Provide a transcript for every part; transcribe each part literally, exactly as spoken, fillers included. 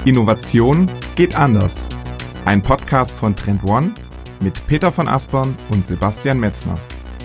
Innovation geht anders. Ein Podcast von Trend One mit Peter von Aspern und Sebastian Metzner.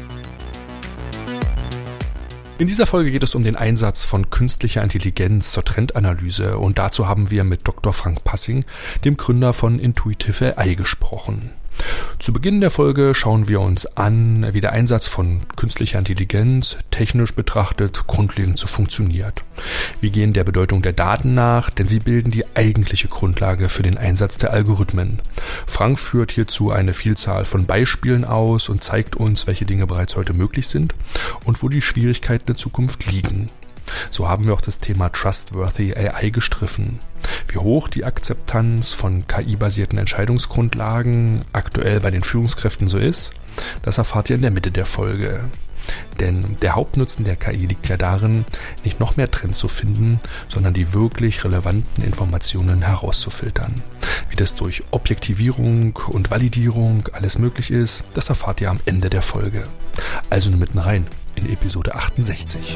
In dieser Folge geht es um den Einsatz von künstlicher Intelligenz zur Trendanalyse und dazu haben wir mit Doktor Frank Passing, dem Gründer von Intuitive A I, gesprochen. Zu Beginn der Folge schauen wir uns an, wie der Einsatz von künstlicher Intelligenz technisch betrachtet grundlegend so funktioniert. Wir gehen der Bedeutung der Daten nach, denn sie bilden die eigentliche Grundlage für den Einsatz der Algorithmen. Frank führt hierzu eine Vielzahl von Beispielen aus und zeigt uns, welche Dinge bereits heute möglich sind und wo die Schwierigkeiten der Zukunft liegen. So haben wir auch das Thema Trustworthy A I gestriffen. Wie hoch die Akzeptanz von K I-basierten Entscheidungsgrundlagen aktuell bei den Führungskräften so ist, das erfahrt ihr in der Mitte der Folge. Denn der Hauptnutzen der K I liegt ja darin, nicht noch mehr Trends zu finden, sondern die wirklich relevanten Informationen herauszufiltern. Wie das durch Objektivierung und Validierung alles möglich ist, das erfahrt ihr am Ende der Folge. Also nur mitten rein in Episode achtundsechzig.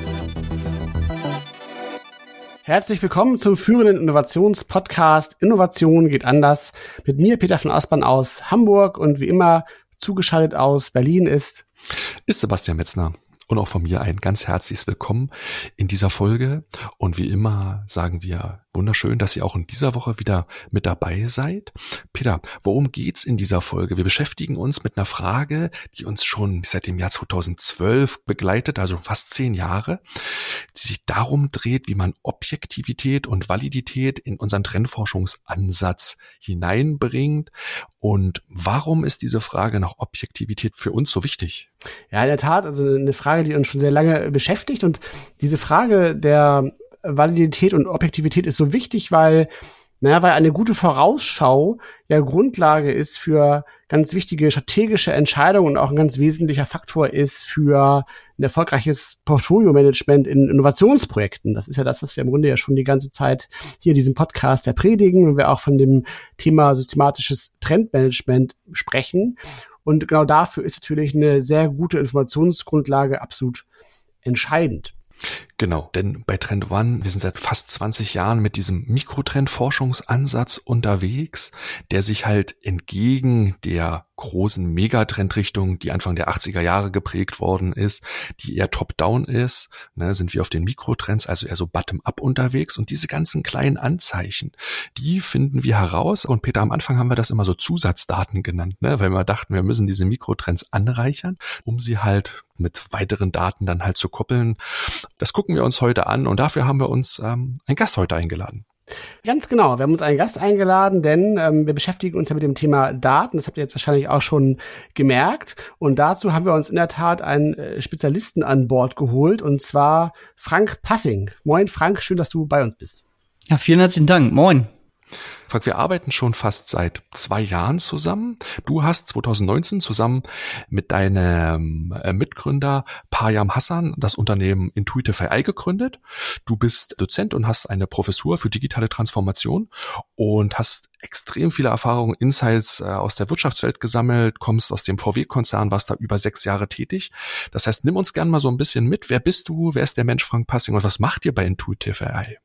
Herzlich willkommen zum führenden Innovationspodcast Innovation geht anders. Mit mir Peter von Aspern aus Hamburg und wie immer zugeschaltet aus Berlin ist ist Sebastian Metzner. Und auch von mir ein ganz herzliches Willkommen in dieser Folge. Und wie immer sagen wir wunderschön, dass ihr auch in dieser Woche wieder mit dabei seid. Peter, worum geht's in dieser Folge? Wir beschäftigen uns mit einer Frage, die uns schon seit dem Jahr zweitausendzwölf begleitet, also fast zehn Jahre, die sich darum dreht, wie man Objektivität und Validität in unseren Trendforschungsansatz hineinbringt. Und warum ist diese Frage nach Objektivität für uns so wichtig? Ja, in der Tat, also eine Frage, die uns schon sehr lange beschäftigt. Und diese Frage der Validität und Objektivität ist so wichtig, weil, naja, weil eine gute Vorausschau ja Grundlage ist für ganz wichtige strategische Entscheidungen und auch ein ganz wesentlicher Faktor ist für ein erfolgreiches Portfolio-Management in Innovationsprojekten. Das ist ja das, was wir im Grunde ja schon die ganze Zeit hier in diesem Podcast ja predigen, wenn wir auch von dem Thema systematisches Trendmanagement sprechen. Und genau dafür ist natürlich eine sehr gute Informationsgrundlage absolut entscheidend. Genau, denn bei Trend One, wir sind seit fast zwanzig Jahren mit diesem Mikrotrendforschungsansatz unterwegs, der sich halt entgegen der großen Megatrendrichtung, die Anfang der achtziger Jahre geprägt worden ist, die eher top-down ist, ne, sind wir auf den Mikrotrends, also eher so bottom-up unterwegs. Und diese ganzen kleinen Anzeichen, die finden wir heraus. Und Peter, am Anfang haben wir das immer so Zusatzdaten genannt, ne, weil wir dachten, wir müssen diese Mikrotrends anreichern, um sie halt mit weiteren Daten dann halt zu koppeln. Das gucken wir uns heute an und dafür haben wir uns ähm, einen Gast heute eingeladen. Ganz genau, wir haben uns einen Gast eingeladen, denn ähm, wir beschäftigen uns ja mit dem Thema Daten, das habt ihr jetzt wahrscheinlich auch schon gemerkt. Und dazu haben wir uns in der Tat einen äh, Spezialisten an Bord geholt, und zwar Frank Passing. Moin Frank, schön, dass du bei uns bist. Ja, vielen herzlichen Dank, moin. Frank, wir arbeiten schon fast seit zwei Jahren zusammen. Du hast zweitausendneunzehn zusammen mit deinem Mitgründer Payam Hassan das Unternehmen Intuitive A I gegründet. Du bist Dozent und hast eine Professur für digitale Transformation und hast extrem viele Erfahrungen, Insights aus der Wirtschaftswelt gesammelt, kommst aus dem V W-Konzern, warst da über sechs Jahre tätig. Das heißt, nimm uns gerne mal so ein bisschen mit. Wer bist du? Wer ist der Mensch Frank Passing und was macht ihr bei Intuitive A I?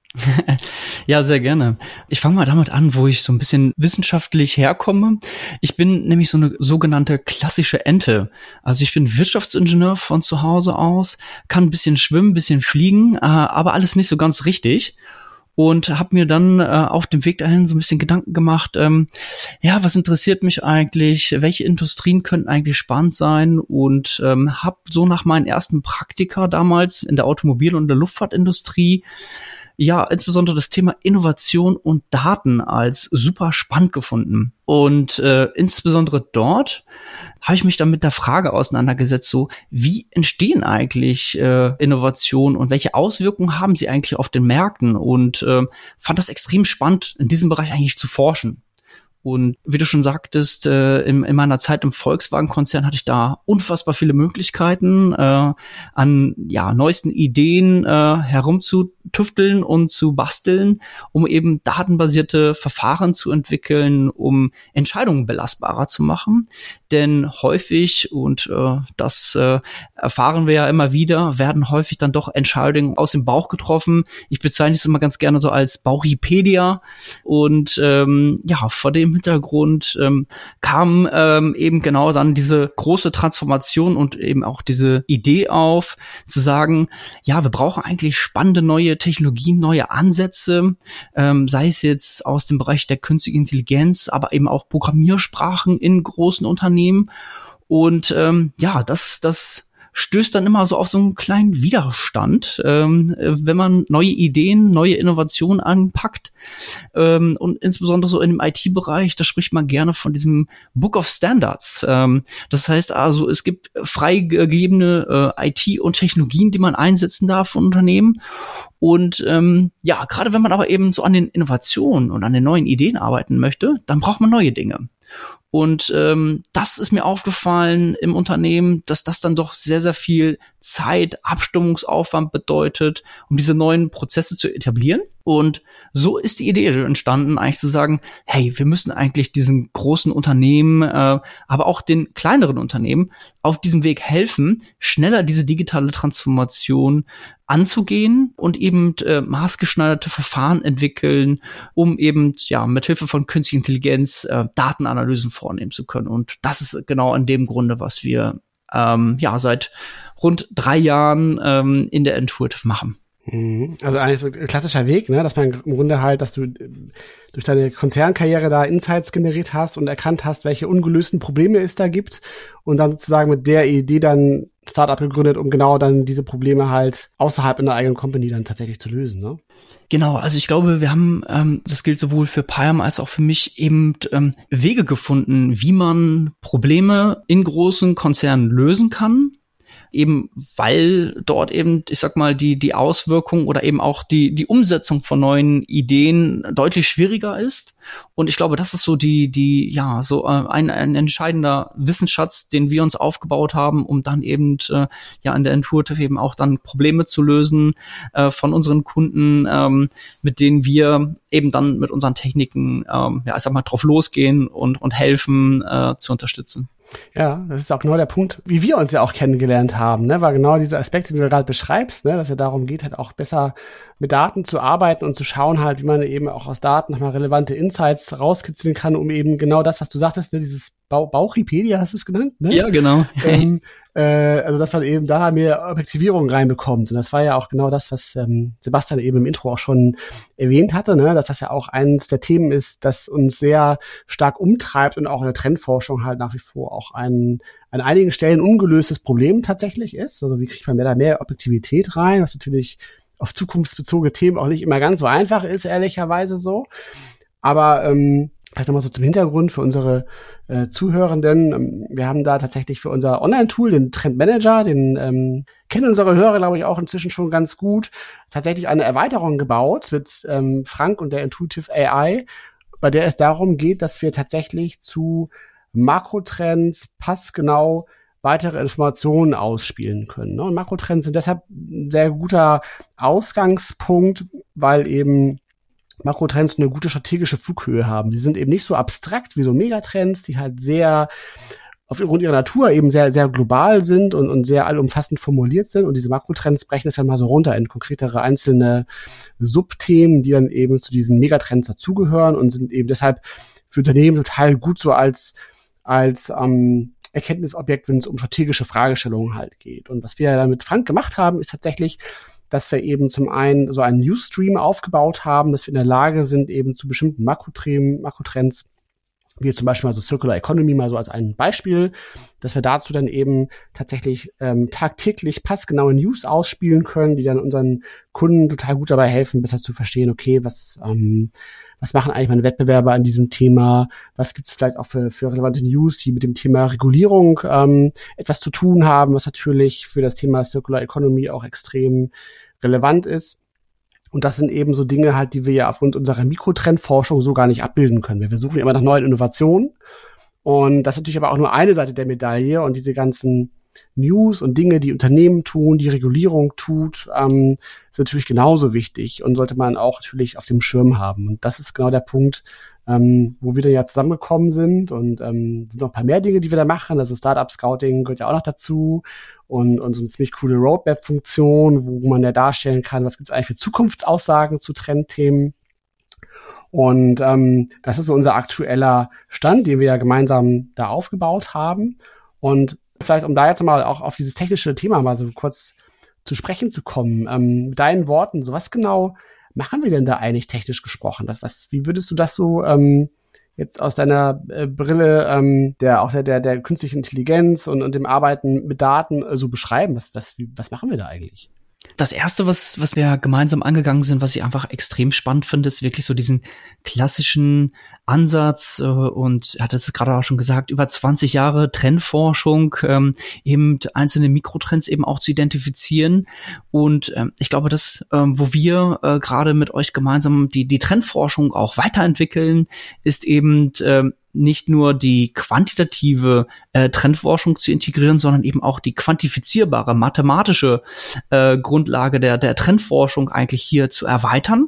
Ja, sehr gerne. Ich fange mal damit an, wo ich so ein bisschen wissenschaftlich herkomme. Ich bin nämlich so eine sogenannte klassische Ente. Also ich bin Wirtschaftsingenieur von zu Hause aus, kann ein bisschen schwimmen, ein bisschen fliegen, aber alles nicht so ganz richtig. Und habe mir dann äh, auf dem Weg dahin so ein bisschen Gedanken gemacht, ähm, ja, was interessiert mich eigentlich, welche Industrien könnten eigentlich spannend sein, und ähm, habe so nach meinen ersten Praktika damals in der Automobil- und der Luftfahrtindustrie ja insbesondere das Thema Innovation und Daten als super spannend gefunden. Und äh, insbesondere dort habe ich mich dann mit der Frage auseinandergesetzt, so wie entstehen eigentlich äh, Innovationen und welche Auswirkungen haben sie eigentlich auf den Märkten, und äh, fand das extrem spannend, in diesem Bereich eigentlich zu forschen. Und wie du schon sagtest, äh, in, in meiner Zeit im Volkswagen-Konzern hatte ich da unfassbar viele Möglichkeiten, äh, an ja neuesten Ideen äh, herumzutüfteln und zu basteln, um eben datenbasierte Verfahren zu entwickeln, um Entscheidungen belastbarer zu machen. denn häufig, und äh, das äh, erfahren wir ja immer wieder, werden häufig dann doch Entscheidungen aus dem Bauch getroffen. Ich bezeichne es immer ganz gerne so als Bauchipedia. Und ähm, ja, vor dem Hintergrund ähm, kam ähm, eben genau dann diese große Transformation und eben auch diese Idee auf, zu sagen, ja, wir brauchen eigentlich spannende neue Technologien, neue Ansätze, ähm, sei es jetzt aus dem Bereich der künstlichen Intelligenz, aber eben auch Programmiersprachen in großen Unternehmen. Und ähm, ja, das, das stößt dann immer so auf so einen kleinen Widerstand, ähm, wenn man neue Ideen, neue Innovationen anpackt. Ähm, und insbesondere so in dem I T-Bereich, da spricht man gerne von diesem Book of Standards. Ähm, das heißt also, es gibt freigegebene äh, I T und Technologien, die man einsetzen darf von Unternehmen. Und ähm, ja, gerade wenn man aber eben so an den Innovationen und an den neuen Ideen arbeiten möchte, dann braucht man neue Dinge. Und ähm, das ist mir aufgefallen im Unternehmen, dass das dann doch sehr, sehr viel Zeit, Abstimmungsaufwand bedeutet, um diese neuen Prozesse zu etablieren. Und so ist die Idee entstanden, eigentlich zu sagen, hey, wir müssen eigentlich diesen großen Unternehmen, äh, aber auch den kleineren Unternehmen auf diesem Weg helfen, schneller diese digitale Transformation anzugehen und eben äh, maßgeschneiderte Verfahren entwickeln, um eben ja mithilfe von künstlicher Intelligenz äh, Datenanalysen vornehmen zu können. Und das ist genau an dem Grunde, was wir ähm, ja seit rund drei Jahren ähm, in der Intuitive machen. Also eigentlich so ein klassischer Weg, ne, dass man im Grunde halt, dass du durch deine Konzernkarriere da Insights generiert hast und erkannt hast, welche ungelösten Probleme es da gibt und dann sozusagen mit der Idee dann Startup gegründet, um genau dann diese Probleme halt außerhalb in der eigenen Company dann tatsächlich zu lösen, ne? Genau, also ich glaube, wir haben, ähm, das gilt sowohl für Payam als auch für mich, eben ähm, Wege gefunden, wie man Probleme in großen Konzernen lösen kann. Eben weil dort eben, ich sag mal, die die Auswirkung oder eben auch die die Umsetzung von neuen Ideen deutlich schwieriger ist. Und ich glaube, das ist so die die ja so äh, ein ein entscheidender Wissensschatz, den wir uns aufgebaut haben, um dann eben äh, ja in der Intuitive eben auch dann Probleme zu lösen äh, von unseren Kunden, ähm, mit denen wir eben dann mit unseren Techniken ähm, ja ich sag mal drauf losgehen und und helfen äh, zu unterstützen. Ja, das ist auch genau der Punkt, wie wir uns ja auch kennengelernt haben, ne, war genau dieser Aspekt, den du gerade beschreibst, ne, dass es ja darum geht, halt auch besser mit Daten zu arbeiten und zu schauen halt, wie man eben auch aus Daten nochmal relevante Insights rauskitzeln kann, um eben genau das, was du sagtest, ne, dieses Bau- Bauchipedia hast du es genannt, ne? Ja, genau. ähm, äh, also, dass man eben da mehr Objektivierung reinbekommt. Und das war ja auch genau das, was ähm, Sebastian eben im Intro auch schon erwähnt hatte, ne, dass das ja auch eines der Themen ist, das uns sehr stark umtreibt und auch in der Trendforschung halt nach wie vor auch ein an einigen Stellen ungelöstes Problem tatsächlich ist. Also wie kriegt man mehr da mehr Objektivität rein, was natürlich auf zukunftsbezogene Themen auch nicht immer ganz so einfach ist, ehrlicherweise so. Aber ähm, vielleicht nochmal so zum Hintergrund für unsere äh, Zuhörenden. Wir haben da tatsächlich für unser Online-Tool, den Trend Manager, den ähm, kennen unsere Hörer, glaube ich, auch inzwischen schon ganz gut, tatsächlich eine Erweiterung gebaut mit ähm, Frank und der Intuitive A I, bei der es darum geht, dass wir tatsächlich zu Makrotrends passgenau weitere Informationen ausspielen können. Und Makrotrends sind deshalb ein sehr guter Ausgangspunkt, weil eben Makrotrends eine gute strategische Flughöhe haben. Die sind eben nicht so abstrakt wie so Megatrends, die halt sehr aufgrund ihrer Natur eben sehr, sehr global sind und, und sehr allumfassend formuliert sind. Und diese Makrotrends brechen es dann mal so runter in konkretere einzelne Subthemen, die dann eben zu diesen Megatrends dazugehören und sind eben deshalb für Unternehmen total gut so als, als ähm, Erkenntnisobjekt, wenn es um strategische Fragestellungen halt geht. Und was wir dann mit Frank gemacht haben, ist tatsächlich, dass wir eben zum einen so einen Newsstream aufgebaut haben, dass wir in der Lage sind, eben zu bestimmten Makrothemen, Makrotrends, wie zum Beispiel mal so Circular Economy mal so als ein Beispiel, dass wir dazu dann eben tatsächlich ähm, tagtäglich passgenaue News ausspielen können, die dann unseren Kunden total gut dabei helfen, besser zu verstehen, okay, was ähm, was machen eigentlich meine Wettbewerber an diesem Thema, was gibt's vielleicht auch für, für relevante News, die mit dem Thema Regulierung ähm, etwas zu tun haben, was natürlich für das Thema Circular Economy auch extrem relevant ist. Und das sind eben so Dinge halt, die wir ja aufgrund unserer Mikrotrendforschung so gar nicht abbilden können. Wir versuchen immer nach neuen Innovationen. Und das ist natürlich aber auch nur eine Seite der Medaille. Und diese ganzen News und Dinge, die Unternehmen tun, die Regulierung tut, ähm, ist natürlich genauso wichtig und sollte man auch natürlich auf dem Schirm haben. Und das ist genau der Punkt, ähm, wo wir dann ja zusammengekommen sind und ähm, sind noch ein paar mehr Dinge, die wir da machen. Also Startup Scouting gehört ja auch noch dazu und, und so eine ziemlich coole Roadmap-Funktion, wo man ja darstellen kann, was gibt's eigentlich für Zukunftsaussagen zu Trendthemen. Und ähm, das ist so unser aktueller Stand, den wir ja gemeinsam da aufgebaut haben. Und vielleicht, um da jetzt mal auch auf dieses technische Thema mal so kurz zu sprechen zu kommen, ähm, mit deinen Worten, so was genau machen wir denn da eigentlich technisch gesprochen? Das, was, wie würdest du das so ähm, jetzt aus deiner äh, Brille ähm, der auch der, der der künstlichen Intelligenz und, und dem Arbeiten mit Daten äh, so beschreiben? Was, was, wie, was machen wir da eigentlich? Das erste, was, was wir gemeinsam angegangen sind, was ich einfach extrem spannend finde, ist wirklich so diesen klassischen Ansatz, äh, und er hat es gerade auch schon gesagt, über zwanzig Jahre Trendforschung, ähm, eben einzelne Mikrotrends eben auch zu identifizieren. Und ähm, ich glaube, dass, ähm, wo wir äh, gerade mit euch gemeinsam die, die Trendforschung auch weiterentwickeln, ist eben, ähm, nicht nur die quantitative äh, Trendforschung zu integrieren, sondern eben auch die quantifizierbare mathematische äh, Grundlage der der Trendforschung eigentlich hier zu erweitern.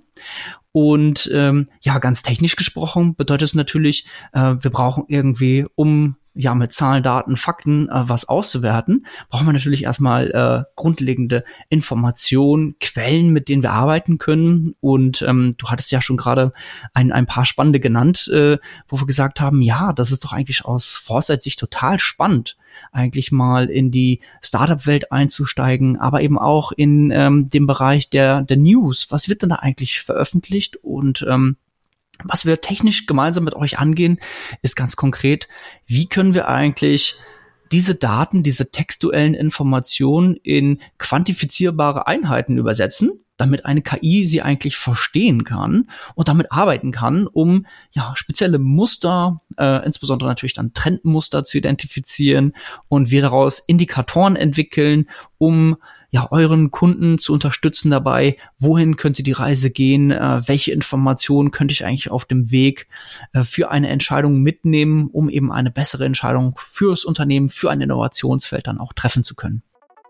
Und ähm, ja, ganz technisch gesprochen bedeutet es natürlich, äh, wir brauchen irgendwie, um ja mit Zahlen, Daten, Fakten äh, was auszuwerten, brauchen wir natürlich erstmal äh, grundlegende Informationen, Quellen, mit denen wir arbeiten können. Und ähm, du hattest ja schon gerade ein, ein paar spannende genannt, äh, wo wir gesagt haben, ja, das ist doch eigentlich aus Foresight-Sicht total spannend, eigentlich mal in die Startup-Welt einzusteigen, aber eben auch in ähm, dem Bereich der, der News. Was wird denn da eigentlich veröffentlicht? Und ähm, was wir technisch gemeinsam mit euch angehen, ist ganz konkret, wie können wir eigentlich diese Daten, diese textuellen Informationen in quantifizierbare Einheiten übersetzen, damit eine K I sie eigentlich verstehen kann und damit arbeiten kann, um ja spezielle Muster, äh, insbesondere natürlich dann Trendmuster zu identifizieren und wir daraus Indikatoren entwickeln, um ja euren Kunden zu unterstützen dabei, wohin könnte die Reise gehen, äh, welche Informationen könnte ich eigentlich auf dem Weg äh, für eine Entscheidung mitnehmen, um eben eine bessere Entscheidung fürs Unternehmen, für ein Innovationsfeld dann auch treffen zu können.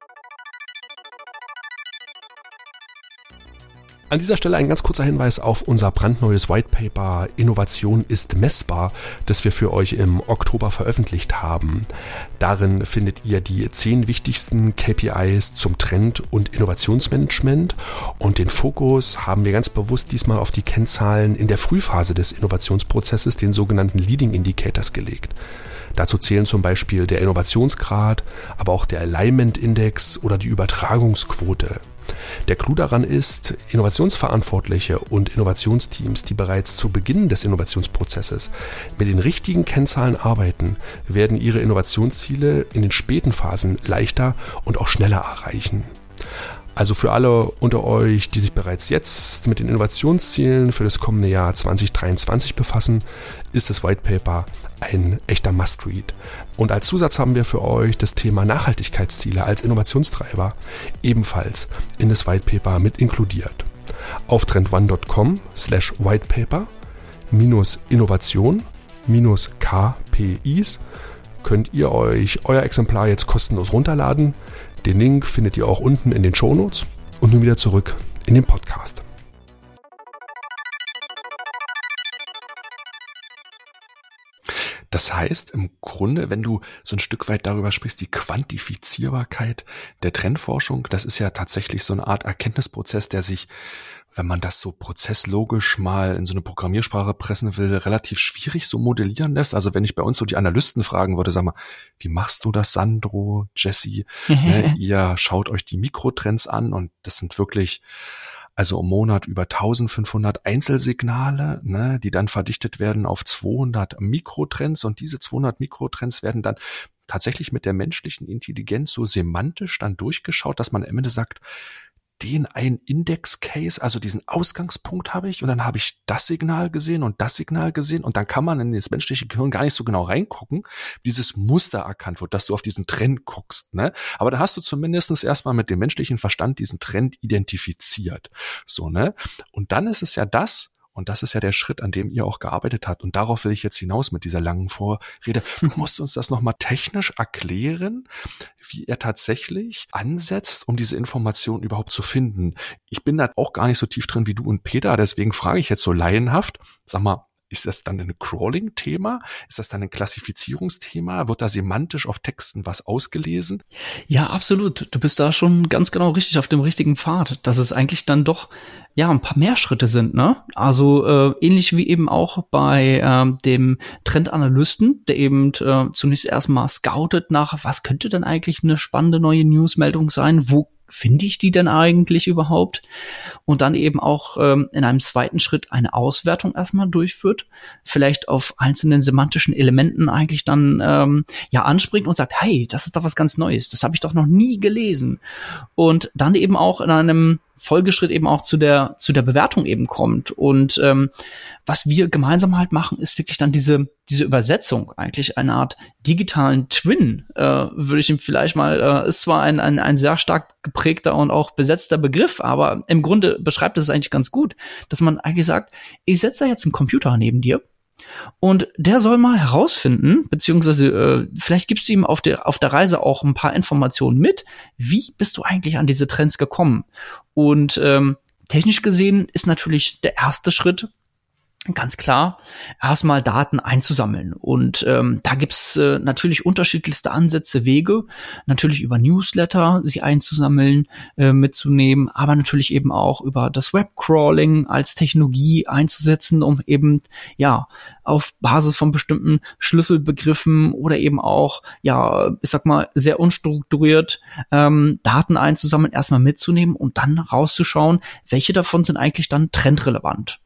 An dieser Stelle ein ganz kurzer Hinweis auf unser brandneues White Paper Innovation ist messbar, das wir für euch im Oktober veröffentlicht haben. Darin findet ihr die zehn wichtigsten K P Is zum Trend- und Innovationsmanagement und den Fokus haben wir ganz bewusst diesmal auf die Kennzahlen in der Frühphase des Innovationsprozesses, den sogenannten Leading Indicators, gelegt. Dazu zählen zum Beispiel der Innovationsgrad, aber auch der Alignment Index oder die Übertragungsquote. Der Clou daran ist, Innovationsverantwortliche und Innovationsteams, die bereits zu Beginn des Innovationsprozesses mit den richtigen Kennzahlen arbeiten, werden ihre Innovationsziele in den späten Phasen leichter und auch schneller erreichen. Also für alle unter euch, die sich bereits jetzt mit den Innovationszielen für das kommende Jahr zwanzig dreiundzwanzig befassen, ist das White Paper ein echter Must-Read. Und als Zusatz haben wir für euch das Thema Nachhaltigkeitsziele als Innovationstreiber ebenfalls in das White Paper mit inkludiert. Auf trendone.com slash whitepaper minus Innovation minus K P Is könnt ihr euch euer Exemplar jetzt kostenlos runterladen. Den Link findet ihr auch unten in den Shownotes und nun wieder zurück in den Podcast. Das heißt, im Grunde, wenn du so ein Stück weit darüber sprichst, die Quantifizierbarkeit der Trendforschung, das ist ja tatsächlich so eine Art Erkenntnisprozess, der sich, wenn man das so prozesslogisch mal in so eine Programmiersprache pressen will, relativ schwierig so modellieren lässt. Also wenn ich bei uns so die Analysten fragen würde, sag mal, wie machst du das, Sandro, Jesse? ne, ihr schaut euch die Mikrotrends an und das sind wirklich, also im Monat über eintausendfünfhundert Einzelsignale, ne, die dann verdichtet werden auf zweihundert Mikrotrends und diese zweihundert Mikrotrends werden dann tatsächlich mit der menschlichen Intelligenz so semantisch dann durchgeschaut, dass man am Ende sagt, den einen Index-Case, also diesen Ausgangspunkt habe ich und dann habe ich das Signal gesehen und das Signal gesehen und dann kann man in das menschliche Gehirn gar nicht so genau reingucken, wie dieses Muster erkannt wird, dass du auf diesen Trend guckst, ne? Aber da hast du zumindest erstmal mit dem menschlichen Verstand diesen Trend identifiziert, so, ne? Und dann ist es ja das, Und das ist ja der Schritt, an dem ihr auch gearbeitet habt. Und darauf will ich jetzt hinaus mit dieser langen Vorrede. Du musst uns das nochmal technisch erklären, wie er tatsächlich ansetzt, um diese Informationen überhaupt zu finden. Ich bin da auch gar nicht so tief drin wie du und Peter, deswegen frage ich jetzt so laienhaft, sag mal, ist das dann ein Crawling-Thema? Ist das dann ein Klassifizierungsthema? Wird da semantisch auf Texten was ausgelesen? Ja, absolut. Du bist da schon ganz genau richtig auf dem richtigen Pfad, dass es eigentlich dann doch ja ein paar mehr Schritte sind, ne? Also äh, ähnlich wie eben auch bei ähm, dem Trendanalysten, der eben äh, zunächst erstmal scoutet nach, was könnte denn eigentlich eine spannende neue Newsmeldung sein? Wo finde ich die denn eigentlich überhaupt? Und dann eben auch ähm, in einem zweiten Schritt eine Auswertung erstmal durchführt, vielleicht auf einzelnen semantischen Elementen eigentlich dann ähm, ja anspringt und sagt, hey, das ist doch was ganz Neues, das habe ich doch noch nie gelesen. Und dann eben auch in einem Folgeschritt eben auch zu der zu der Bewertung eben kommt. Und ähm, was wir gemeinsam halt machen, ist wirklich dann diese diese Übersetzung, eigentlich eine Art digitalen Twin, äh, würde ich ihm vielleicht mal, äh, ist zwar ein, ein ein sehr stark geprägter und auch besetzter Begriff, aber im Grunde beschreibt es eigentlich ganz gut, dass man eigentlich sagt, ich setze da jetzt einen Computer neben dir und der soll mal herausfinden, beziehungsweise äh, vielleicht gibst du ihm auf der auf der Reise auch ein paar Informationen mit, wie bist du eigentlich an diese Trends gekommen? Und ähm, technisch gesehen ist natürlich der erste Schritt ganz klar, erstmal Daten einzusammeln. Und ähm, da gibt's äh, natürlich unterschiedlichste Ansätze, Wege, natürlich über Newsletter sie einzusammeln, äh, mitzunehmen, aber natürlich eben auch über das Webcrawling als Technologie einzusetzen, um eben ja auf Basis von bestimmten Schlüsselbegriffen oder eben auch, ja, ich sag mal, sehr unstrukturiert ähm, Daten einzusammeln, erstmal mitzunehmen und dann rauszuschauen, welche davon sind eigentlich dann trendrelevant.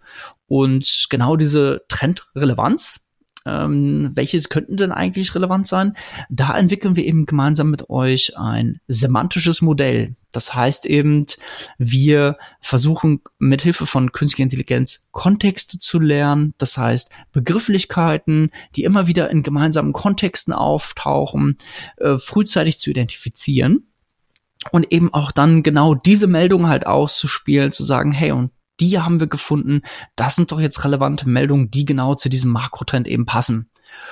Und genau diese Trendrelevanz, ähm, welches könnten denn eigentlich relevant sein? Da entwickeln wir eben gemeinsam mit euch ein semantisches Modell. Das heißt eben, wir versuchen mithilfe von künstlicher Intelligenz Kontexte zu lernen. Das heißt Begrifflichkeiten, die immer wieder in gemeinsamen Kontexten auftauchen, äh, frühzeitig zu identifizieren und eben auch dann genau diese Meldung halt auszuspielen, zu sagen, hey, und die haben wir gefunden, das sind doch jetzt relevante Meldungen, die genau zu diesem Makrotrend eben passen.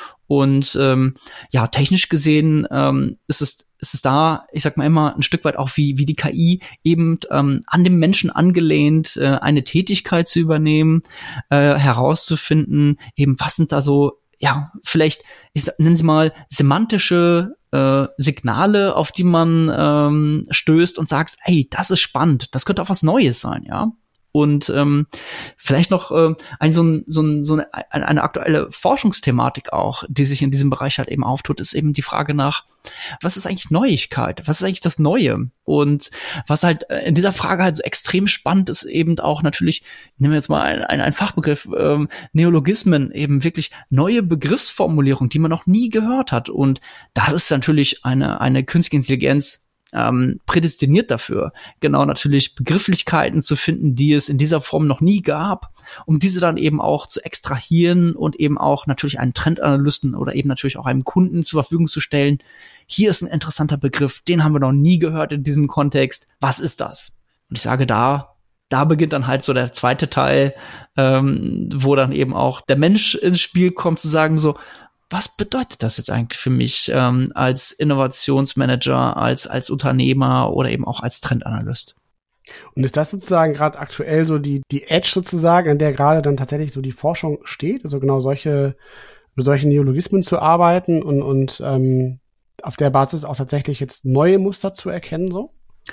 Und ähm, ja, technisch gesehen ähm, ist es ist es da, ich sag mal immer, ein Stück weit auch wie wie die K I eben ähm, an dem Menschen angelehnt, äh, eine Tätigkeit zu übernehmen, äh, herauszufinden, eben was sind da so, ja, vielleicht, ich sag, nennen Sie mal, semantische äh, Signale, auf die man ähm, stößt und sagt, hey, das ist spannend, das könnte auch was Neues sein, ja. Und ähm, vielleicht noch äh, ein, so, ein, so, ein, so eine, eine aktuelle Forschungsthematik auch, die sich in diesem Bereich halt eben auftut, ist eben die Frage nach, was ist eigentlich Neuigkeit? Was ist eigentlich das Neue? Und was halt in dieser Frage halt so extrem spannend ist, eben auch natürlich, nehmen wir jetzt mal einen ein Fachbegriff, ähm, Neologismen, eben wirklich neue Begriffsformulierungen, die man noch nie gehört hat. Und das ist natürlich eine, eine künstliche Intelligenz, Ähm, prädestiniert dafür, genau natürlich Begrifflichkeiten zu finden, die es in dieser Form noch nie gab, um diese dann eben auch zu extrahieren und eben auch natürlich einen Trendanalysten oder eben natürlich auch einem Kunden zur Verfügung zu stellen. Hier ist ein interessanter Begriff, den haben wir noch nie gehört in diesem Kontext. Was ist das? Und ich sage, da da beginnt dann halt so der zweite Teil, ähm, wo dann eben auch der Mensch ins Spiel kommt, zu sagen so, was bedeutet das jetzt eigentlich für mich ähm, als Innovationsmanager, als als Unternehmer oder eben auch als Trendanalyst? Und ist das sozusagen gerade aktuell so die die Edge sozusagen, an der gerade dann tatsächlich so die Forschung steht, also genau solche mit solchen Neologismen zu arbeiten und und ähm, auf der Basis auch tatsächlich jetzt neue Muster zu erkennen, so?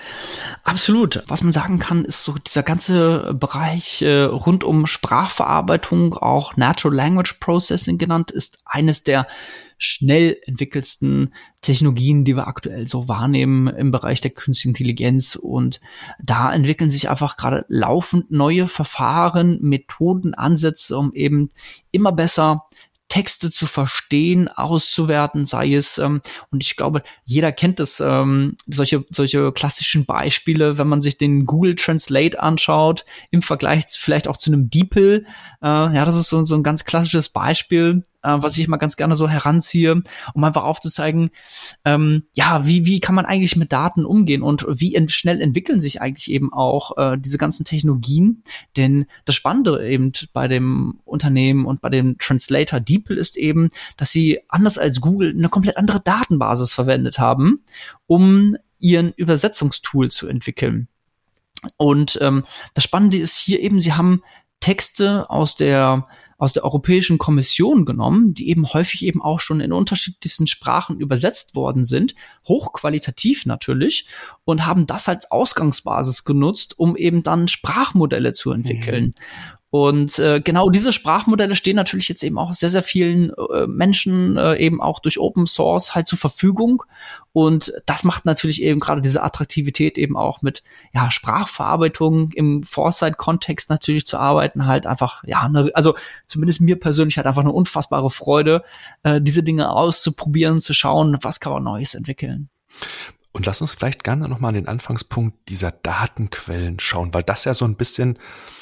Absolut. Was man sagen kann, ist so dieser ganze Bereich äh, rund um Sprachverarbeitung, auch Natural Language Processing genannt, ist eines der schnell entwickelsten Technologien, die wir aktuell so wahrnehmen im Bereich der künstlichen Intelligenz. Und da entwickeln sich einfach gerade laufend neue Verfahren, Methoden, Ansätze, um eben immer besser Texte zu verstehen, auszuwerten, sei es, ähm, und ich glaube, jeder kennt das, ähm, solche solche klassischen Beispiele, wenn man sich den Google Translate anschaut, im Vergleich vielleicht auch zu einem DeepL, äh, ja, das ist so, so ein ganz klassisches Beispiel, äh, was ich immer ganz gerne so heranziehe, um einfach aufzuzeigen, ähm, ja, wie wie kann man eigentlich mit Daten umgehen und wie ent- schnell entwickeln sich eigentlich eben auch äh, diese ganzen Technologien. Denn das Spannende eben bei dem Unternehmen und bei dem Translator DeepL ist eben, dass sie anders als Google eine komplett andere Datenbasis verwendet haben, um ihren Übersetzungstool zu entwickeln. Und ähm, das Spannende ist hier eben, sie haben Texte aus der aus der Europäischen Kommission genommen, die eben häufig eben auch schon in unterschiedlichsten Sprachen übersetzt worden sind, hochqualitativ natürlich, und haben das als Ausgangsbasis genutzt, um eben dann Sprachmodelle zu entwickeln. Mhm. Und äh, genau diese Sprachmodelle stehen natürlich jetzt eben auch sehr, sehr vielen äh, Menschen äh, eben auch durch Open Source halt zur Verfügung. Und das macht natürlich eben gerade diese Attraktivität eben auch mit ja Sprachverarbeitung im Foresight-Kontext natürlich zu arbeiten, halt einfach, ja, ne, also zumindest mir persönlich halt einfach eine unfassbare Freude, äh, diese Dinge auszuprobieren, zu schauen, was kann man Neues entwickeln. Und lass uns vielleicht gerne nochmal an den Anfangspunkt dieser Datenquellen schauen, weil das ja so ein bisschen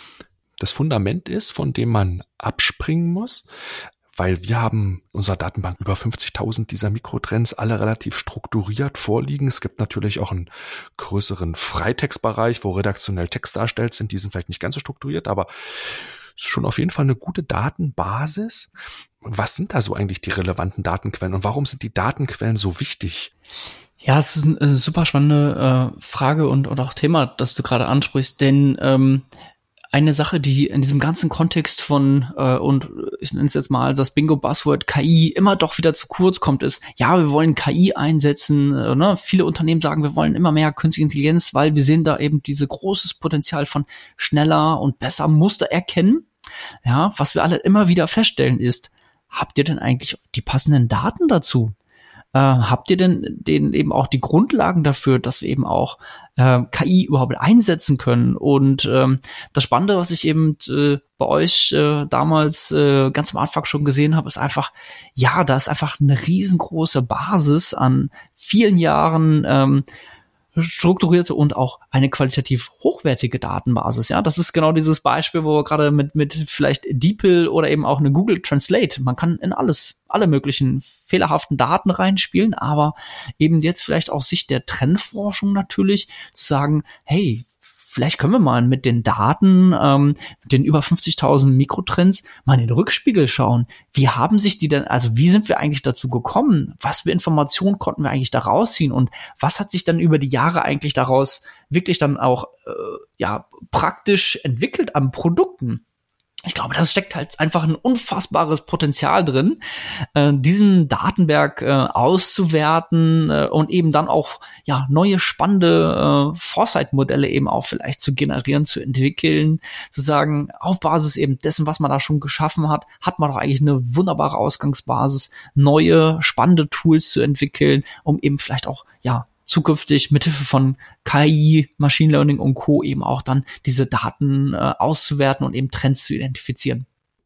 das Fundament ist, von dem man abspringen muss, weil wir haben in unserer Datenbank über fünfzigtausend dieser Mikrotrends alle relativ strukturiert vorliegen. Es gibt natürlich auch einen größeren Freitextbereich, wo redaktionell Text darstellt sind. Die sind vielleicht nicht ganz so strukturiert, aber es ist schon auf jeden Fall eine gute Datenbasis. Was sind da so eigentlich die relevanten Datenquellen und warum sind die Datenquellen so wichtig? Ja, es ist eine super spannende äh, Frage und, und auch Thema, das du gerade ansprichst, denn ähm, eine Sache, die in diesem ganzen Kontext von, äh, und ich nenne es jetzt mal das Bingo-Buzzword K I, immer doch wieder zu kurz kommt, ist, ja, wir wollen K I einsetzen. Äh, ne? Viele Unternehmen sagen, wir wollen immer mehr künstliche Intelligenz, weil wir sehen da eben dieses großes Potenzial von schneller und besser Muster erkennen. Ja, was wir alle immer wieder feststellen ist, habt ihr denn eigentlich die passenden Daten dazu? Äh, habt ihr denn den eben auch die Grundlagen dafür, dass wir eben auch äh, K I überhaupt einsetzen können? Und ähm, das Spannende, was ich eben äh, bei euch äh, damals äh, ganz am Anfang schon gesehen habe, ist einfach, ja, da ist einfach eine riesengroße Basis an vielen Jahren ähm, strukturierte und auch eine qualitativ hochwertige Datenbasis. Ja, das ist genau dieses Beispiel, wo wir gerade mit mit vielleicht DeepL oder eben auch eine Google Translate, man kann in alles, alle möglichen fehlerhaften Daten reinspielen, aber eben jetzt vielleicht aus Sicht der Trendforschung natürlich zu sagen, hey, vielleicht können wir mal mit den Daten, ähm, den über fünfzigtausend Mikrotrends, mal in den Rückspiegel schauen. Wie haben sich die denn, also wie sind wir eigentlich dazu gekommen? Was für Informationen konnten wir eigentlich da rausziehen? Und was hat sich dann über die Jahre eigentlich daraus wirklich dann auch äh, ja praktisch entwickelt an Produkten? Ich glaube, das steckt halt einfach ein unfassbares Potenzial drin, äh, diesen Datenberg äh, auszuwerten äh, und eben dann auch ja neue spannende äh, Foresight-Modelle eben auch vielleicht zu generieren, zu entwickeln, zu sagen, auf Basis eben dessen, was man da schon geschaffen hat, hat man doch eigentlich eine wunderbare Ausgangsbasis, neue spannende Tools zu entwickeln, um eben vielleicht auch ja zukünftig mithilfe von K I, Machine Learning und Co. eben auch dann diese Daten äh, auszuwerten und eben Trends zu identifizieren.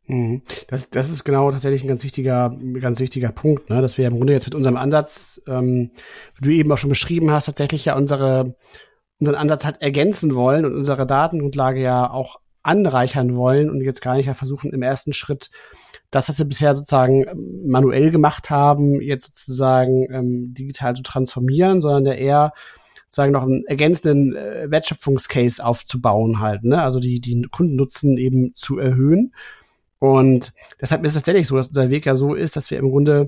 Das, das ist genau tatsächlich ein ganz wichtiger, ganz wichtiger Punkt, ne? Dass wir im Grunde jetzt mit unserem Ansatz, ähm, wie du eben auch schon beschrieben hast, tatsächlich ja unsere, unseren Ansatz halt ergänzen wollen und unsere Datengrundlage ja auch anreichern wollen und jetzt gar nicht ja versuchen, im ersten Schritt das, was wir bisher sozusagen manuell gemacht haben, jetzt sozusagen ähm, digital zu transformieren, sondern der eher sozusagen noch einen ergänzenden äh, Wertschöpfungscase aufzubauen halt, ne? Also die die Kundennutzen eben zu erhöhen. Und deshalb ist es tatsächlich so, dass unser Weg ja so ist, dass wir im Grunde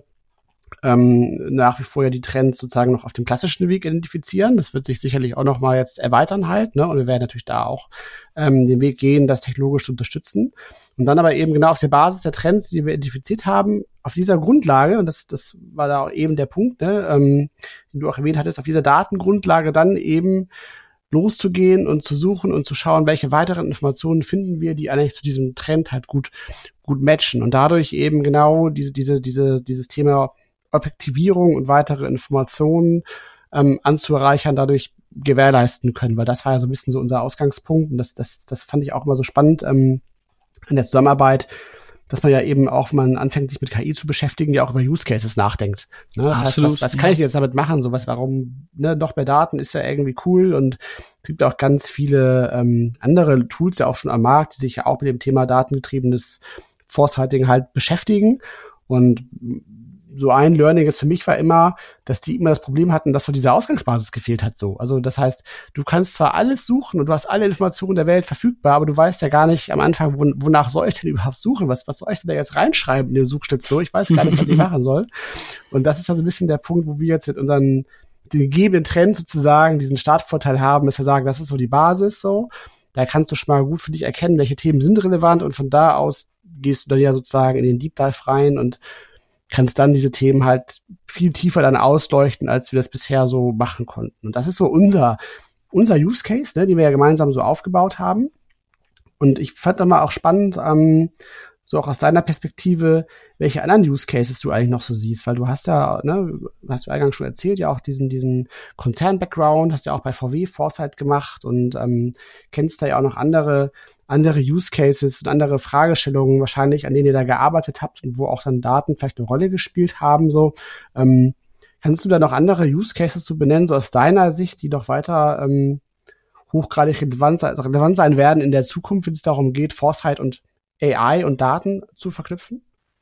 ähm, nach wie vor ja die Trends sozusagen noch auf dem klassischen Weg identifizieren. Das wird sich sicherlich auch noch mal jetzt erweitern halt, ne? Und wir werden natürlich da auch ähm, den Weg gehen, das technologisch zu unterstützen. Und dann aber eben genau auf der Basis der Trends, die wir identifiziert haben, auf dieser Grundlage, und das das war da auch eben der Punkt, ne, ähm, den du auch erwähnt hattest, auf dieser Datengrundlage dann eben loszugehen und zu suchen und zu schauen, welche weiteren Informationen finden wir, die eigentlich zu diesem Trend halt gut gut matchen und dadurch eben genau diese diese diese dieses Thema Objektivierung und weitere Informationen ähm, anzureichern, dadurch gewährleisten können, weil das war ja so ein bisschen so unser Ausgangspunkt und das das das fand ich auch immer so spannend ähm, in der Zusammenarbeit, dass man ja eben auch, wenn man anfängt, sich mit K I zu beschäftigen, ja auch über Use Cases nachdenkt. Ne? Das Absolut, heißt, was, was kann ich jetzt damit machen? So was, warum, ne, noch mehr Daten ist ja irgendwie cool und es gibt auch ganz viele ähm, andere Tools ja auch schon am Markt, die sich ja auch mit dem Thema datengetriebenes Foresighting halt beschäftigen. Und so ein Learning jetzt für mich war immer, dass die immer das Problem hatten, dass so diese Ausgangsbasis gefehlt hat, so. Also das heißt, du kannst zwar alles suchen und du hast alle Informationen der Welt verfügbar, aber du weißt ja gar nicht am Anfang, wonach soll ich denn überhaupt suchen? Was, was soll ich denn da jetzt reinschreiben in den Suchschlitz, so? Ich weiß gar nicht, was ich machen soll. Und das ist also ein bisschen der Punkt, wo wir jetzt mit unseren, den gegebenen Trend sozusagen diesen Startvorteil haben, dass wir sagen, das ist so die Basis, so. Da kannst du schon mal gut für dich erkennen, welche Themen sind relevant und von da aus gehst du dann ja sozusagen in den Deep Dive rein und kannst dann diese Themen halt viel tiefer dann ausleuchten, als wir das bisher so machen konnten. Und das ist so unser unser Use Case, ne, den wir ja gemeinsam so aufgebaut haben. Und ich fand dann mal auch spannend, ähm, so auch aus deiner Perspektive, welche anderen Use Cases du eigentlich noch so siehst, weil du hast ja, ne, hast du eingangs schon erzählt, ja auch diesen diesen Konzern-Background, hast ja auch bei V W Foresight gemacht und ähm, kennst da ja auch noch andere andere Use Cases und andere Fragestellungen wahrscheinlich, an denen ihr da gearbeitet habt und wo auch dann Daten vielleicht eine Rolle gespielt haben. So, ähm, kannst du da noch andere Use Cases zu benennen, so aus deiner Sicht, die doch weiter ähm, hochgradig relevant, relevant sein werden in der Zukunft, wenn es darum geht, Foresight und A I und Daten zu verknüpfen?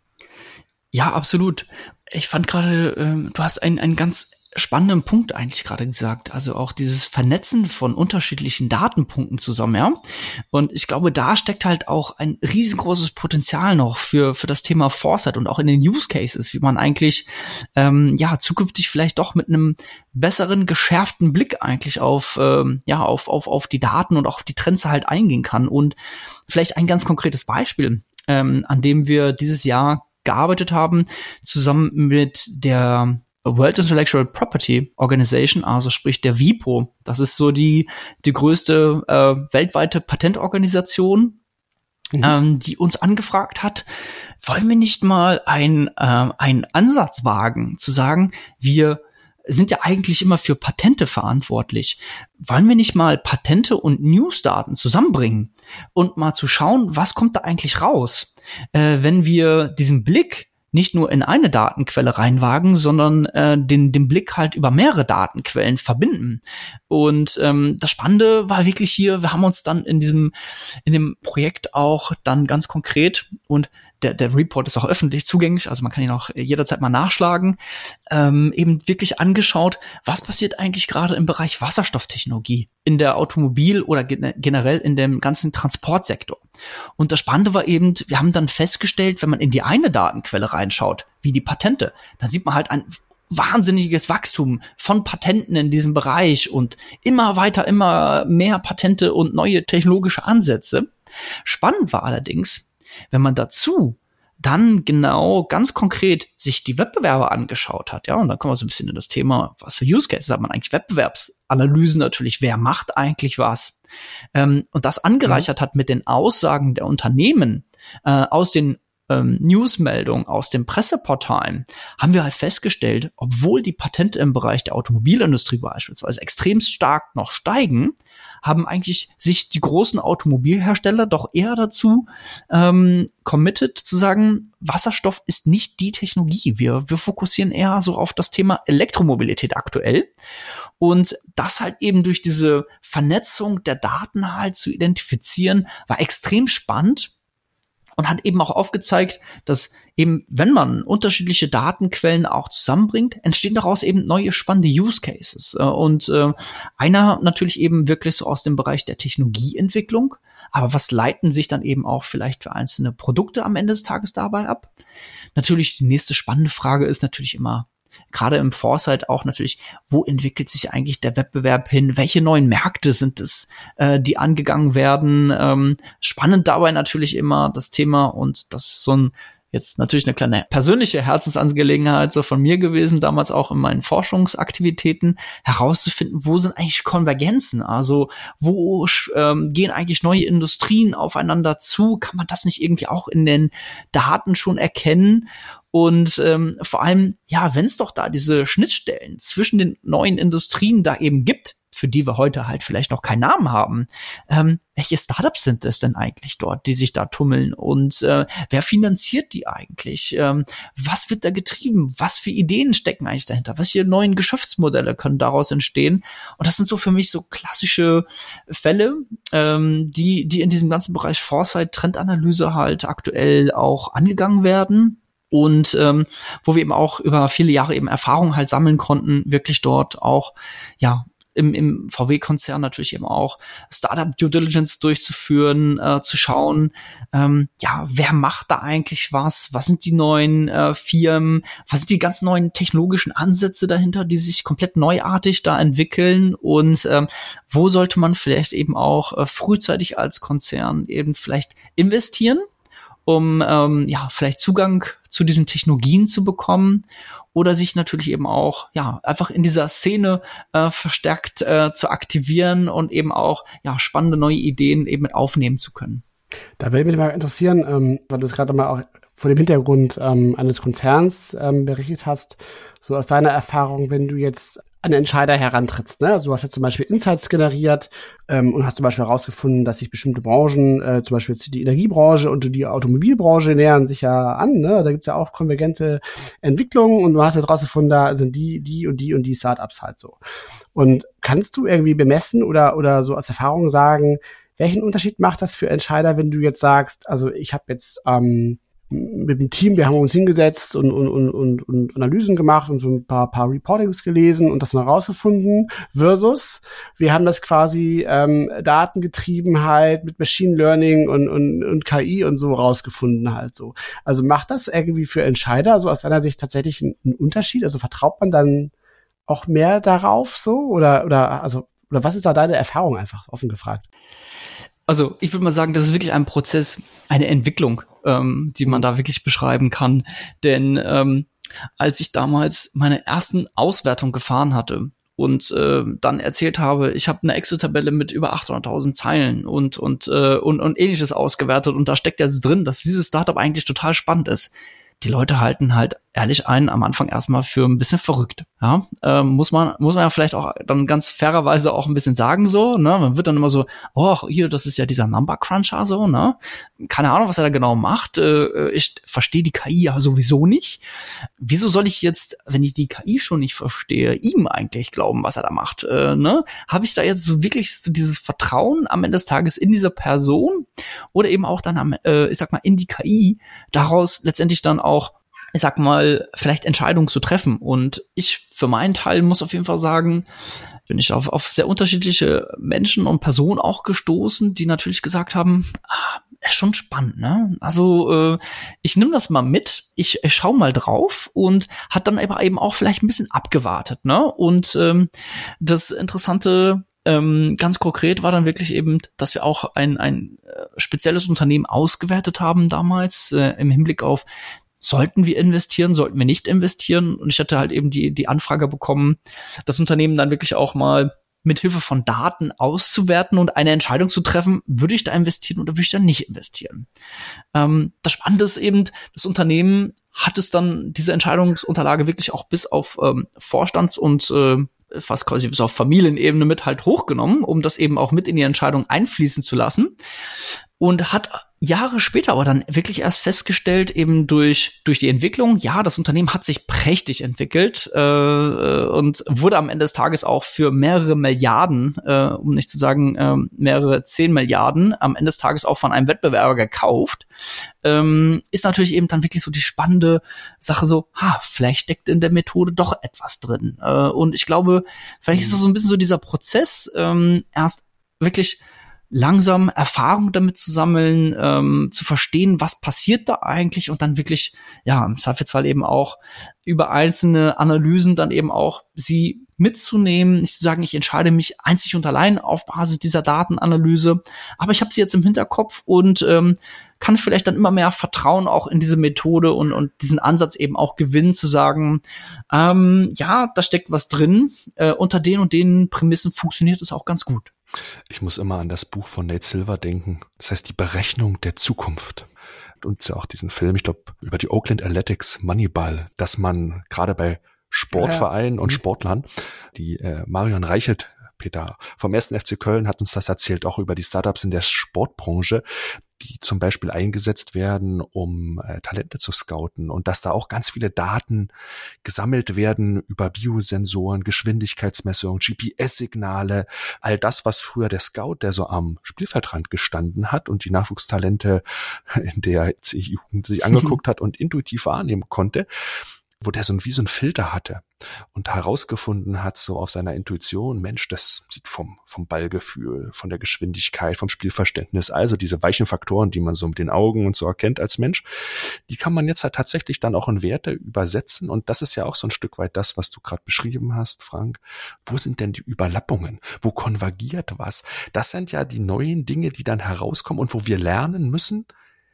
Ja, absolut. Ich fand gerade, ähm, du hast einen, einen ganz spannenden Punkt eigentlich gerade gesagt. Also auch dieses Vernetzen von unterschiedlichen Datenpunkten zusammen, ja. Und ich glaube, da steckt halt auch ein riesengroßes Potenzial noch für für das Thema Foresight und auch in den Use Cases, wie man eigentlich ähm, ja zukünftig vielleicht doch mit einem besseren, geschärften Blick eigentlich auf ähm, ja auf auf auf die Daten und auch auf die Trends halt eingehen kann. Und vielleicht ein ganz konkretes Beispiel, ähm, an dem wir dieses Jahr gearbeitet haben, zusammen mit der World Intellectual Property Organization, also sprich der WIPO. Das ist so die die größte äh, weltweite Patentorganisation, mhm. ähm, die uns angefragt hat, wollen wir nicht mal ein äh, einen Ansatz wagen, zu sagen, wir sind ja eigentlich immer für Patente verantwortlich. Wollen wir nicht mal Patente und Newsdaten zusammenbringen und mal zu schauen, was kommt da eigentlich raus, äh, wenn wir diesen Blick nicht nur in eine Datenquelle reinwagen, sondern äh, den, den Blick halt über mehrere Datenquellen verbinden. Und ähm, das Spannende war wirklich hier, wir haben uns dann in diesem in dem Projekt auch dann ganz konkret, und der, der Report ist auch öffentlich zugänglich, also man kann ihn auch jederzeit mal nachschlagen, ähm, eben wirklich angeschaut, was passiert eigentlich gerade im Bereich Wasserstofftechnologie in der Automobil- oder gen- generell in dem ganzen Transportsektor. Und das Spannende war eben, wir haben dann festgestellt, wenn man in die eine Datenquelle reinschaut, wie die Patente, dann sieht man halt ein wahnsinniges Wachstum von Patenten in diesem Bereich und immer weiter, immer mehr Patente und neue technologische Ansätze. Spannend war allerdings, wenn man dazu dann genau ganz konkret sich die Wettbewerber angeschaut hat, ja, und dann kommen wir so ein bisschen in das Thema, was für Use Cases hat man eigentlich, Wettbewerbsanalysen natürlich, wer macht eigentlich was, ähm, und das angereichert hat mit den Aussagen der Unternehmen äh, aus den ähm, Newsmeldungen, aus den Presseportalen, haben wir halt festgestellt, obwohl die Patente im Bereich der Automobilindustrie beispielsweise extrem stark noch steigen, haben eigentlich sich die großen Automobilhersteller doch eher dazu ähm, committed zu sagen, Wasserstoff ist nicht die Technologie. Wir, wir fokussieren eher so auf das Thema Elektromobilität aktuell. Und das halt eben durch diese Vernetzung der Daten halt zu identifizieren, war extrem spannend. Und hat eben auch aufgezeigt, dass eben, wenn man unterschiedliche Datenquellen auch zusammenbringt, entstehen daraus eben neue spannende Use Cases. Und äh, einer natürlich eben wirklich so aus dem Bereich der Technologieentwicklung. Aber was leiten sich dann eben auch vielleicht für einzelne Produkte am Ende des Tages dabei ab? Natürlich die nächste spannende Frage ist natürlich immer, gerade im Foresight auch natürlich, wo entwickelt sich eigentlich der Wettbewerb hin? Welche neuen Märkte sind es, äh, die angegangen werden? Ähm, spannend dabei natürlich immer das Thema, und das ist so ein jetzt natürlich eine kleine persönliche Herzensangelegenheit so von mir gewesen, damals auch in meinen Forschungsaktivitäten, herauszufinden, wo sind eigentlich Konvergenzen? Also wo ähm, gehen eigentlich neue Industrien aufeinander zu? Kann man das nicht irgendwie auch in den Daten schon erkennen? Und ähm, vor allem, ja, wenn es doch da diese Schnittstellen zwischen den neuen Industrien da eben gibt, für die wir heute halt vielleicht noch keinen Namen haben, ähm, welche Startups sind es denn eigentlich dort, die sich da tummeln? Und äh, wer finanziert die eigentlich? Ähm, was wird da getrieben? Was für Ideen stecken eigentlich dahinter? Welche neuen Geschäftsmodelle können daraus entstehen? Und das sind so für mich so klassische Fälle, ähm, die die in diesem ganzen Bereich Foresight, Trendanalyse halt aktuell auch angegangen werden. Und ähm, wo wir eben auch über viele Jahre eben Erfahrung halt sammeln konnten, wirklich dort auch, ja, im, im V W-Konzern natürlich eben auch Startup-Due Diligence durchzuführen, äh, zu schauen, ähm, ja, wer macht da eigentlich was? Was sind die neuen äh, Firmen? Was sind die ganz neuen technologischen Ansätze dahinter, die sich komplett neuartig da entwickeln? Und ähm, wo sollte man vielleicht eben auch äh, frühzeitig als Konzern eben vielleicht investieren, um ähm, ja vielleicht Zugang zu diesen Technologien zu bekommen oder sich natürlich eben auch ja einfach in dieser Szene äh, verstärkt äh, zu aktivieren und eben auch ja spannende neue Ideen eben mit aufnehmen zu können. Da würde mich mal interessieren, ähm, weil du es gerade mal auch vor dem Hintergrund ähm, eines Konzerns ähm, berichtet hast, so aus deiner Erfahrung, wenn du jetzt an Entscheider herantrittst, ne? Also du hast ja zum Beispiel Insights generiert ähm, und hast zum Beispiel herausgefunden, dass sich bestimmte Branchen, äh, zum Beispiel jetzt die Energiebranche und die Automobilbranche nähern sich ja an, ne? Da gibt's ja auch konvergente Entwicklungen und du hast jetzt herausgefunden, da sind die, die und die und die Startups halt so. Und kannst du irgendwie bemessen oder oder so aus Erfahrung sagen, welchen Unterschied macht das für Entscheider, wenn du jetzt sagst, also ich habe jetzt ähm, mit dem Team, wir haben uns hingesetzt und, und, und, und Analysen gemacht und so ein paar, paar Reportings gelesen und das dann herausgefunden, versus wir haben das quasi ähm, Datengetriebenheit mit Machine Learning und, und, und K I und so rausgefunden halt so. Also macht das irgendwie für Entscheider so aus deiner Sicht tatsächlich einen, einen Unterschied? Also vertraut man dann auch mehr darauf so? Oder, oder, also, oder was ist da deine Erfahrung einfach, offen gefragt? Also ich würde mal sagen, das ist wirklich ein Prozess, eine Entwicklung, ähm, die man da wirklich beschreiben kann. Denn ähm, als ich damals meine ersten Auswertung gefahren hatte und äh, dann erzählt habe, ich habe eine Excel-Tabelle mit über achthunderttausend Zeilen und und äh, und und ähnliches ausgewertet und da steckt jetzt drin, dass dieses Startup eigentlich total spannend ist. Die Leute halten halt ehrlich einen am Anfang erstmal für ein bisschen verrückt. Ja, ähm, muss man muss man ja vielleicht auch dann ganz fairerweise auch ein bisschen sagen so, ne? Man wird dann immer so, oh, hier, das ist ja dieser Number Cruncher so, ne? Keine Ahnung, was er da genau macht. Äh, ich verstehe die K I ja sowieso nicht. Wieso soll ich jetzt, wenn ich die K I schon nicht verstehe, ihm eigentlich glauben, was er da macht? Äh, ne? Habe ich da jetzt so wirklich so dieses Vertrauen am Ende des Tages in diese Person oder eben auch dann am, äh, ich sag mal, in die K I, daraus letztendlich dann auch, ich sag mal, vielleicht Entscheidungen zu treffen. Und ich für meinen Teil muss auf jeden Fall sagen, bin ich auf, auf sehr unterschiedliche Menschen und Personen auch gestoßen, die natürlich gesagt haben, ah, ist schon spannend, ne? Also äh, ich nehme das mal mit, ich, ich schau mal drauf und hat dann aber eben auch vielleicht ein bisschen abgewartet, ne? Und ähm, das Interessante Ähm, ganz konkret war dann wirklich eben, dass wir auch ein, ein äh, spezielles Unternehmen ausgewertet haben damals äh, im Hinblick auf, sollten wir investieren, sollten wir nicht investieren? Und ich hatte halt eben die, die Anfrage bekommen, das Unternehmen dann wirklich auch mal mit Hilfe von Daten auszuwerten und eine Entscheidung zu treffen, würde ich da investieren oder würde ich da nicht investieren? Ähm, das Spannende ist eben, das Unternehmen hat es dann, diese Entscheidungsunterlage wirklich auch bis auf ähm, Vorstands- und äh, fast quasi bis auf Familienebene mit halt hochgenommen, um das eben auch mit in die Entscheidung einfließen zu lassen. Und hat Jahre später aber dann wirklich erst festgestellt, eben durch durch die Entwicklung, ja, das Unternehmen hat sich prächtig entwickelt äh, und wurde am Ende des Tages auch für mehrere Milliarden, äh, um nicht zu sagen äh, mehrere zehn Milliarden, am Ende des Tages auch von einem Wettbewerber gekauft. Ähm, ist natürlich eben dann wirklich so die spannende Sache so, ha, vielleicht steckt in der Methode doch etwas drin. Äh, und ich glaube, vielleicht ist das so ein bisschen so dieser Prozess, ähm, erst wirklich langsam Erfahrung damit zu sammeln, ähm, zu verstehen, was passiert da eigentlich und dann wirklich, ja, im Zweifelsfall eben auch über einzelne Analysen dann eben auch sie mitzunehmen, nicht zu sagen, ich entscheide mich einzig und allein auf Basis dieser Datenanalyse, aber ich habe sie jetzt im Hinterkopf und ähm, kann vielleicht dann immer mehr Vertrauen auch in diese Methode und, und diesen Ansatz eben auch gewinnen, zu sagen, ähm, ja, da steckt was drin, äh, unter den und den Prämissen funktioniert es auch ganz gut. Ich muss immer an das Buch von Nate Silver denken. Das heißt, die Berechnung der Zukunft. Und ja auch diesen Film, ich glaube, über die Oakland Athletics, Moneyball, dass man gerade bei Sportvereinen ja. und Sportlern, die äh, Marion Reichelt, Peter vom ersten F C Köln hat uns das erzählt, auch über die Startups in der Sportbranche, die zum Beispiel eingesetzt werden, um äh, Talente zu scouten und dass da auch ganz viele Daten gesammelt werden über Biosensoren, Geschwindigkeitsmessungen, G P S-Signale, all das, was früher der Scout, der so am Spielfeldrand gestanden hat und die Nachwuchstalente in der C-Jugend sich angeguckt hat und intuitiv wahrnehmen konnte, wo der so ein, wie so ein Filter hatte und herausgefunden hat, so auf seiner Intuition, Mensch, das sieht vom, vom Ballgefühl, von der Geschwindigkeit, vom Spielverständnis, also diese weichen Faktoren, die man so mit den Augen und so erkennt als Mensch, die kann man jetzt halt tatsächlich dann auch in Werte übersetzen und das ist ja auch so ein Stück weit das, was du gerade beschrieben hast, Frank. Wo sind denn die Überlappungen? Wo konvergiert was? Das sind ja die neuen Dinge, die dann herauskommen und wo wir lernen müssen,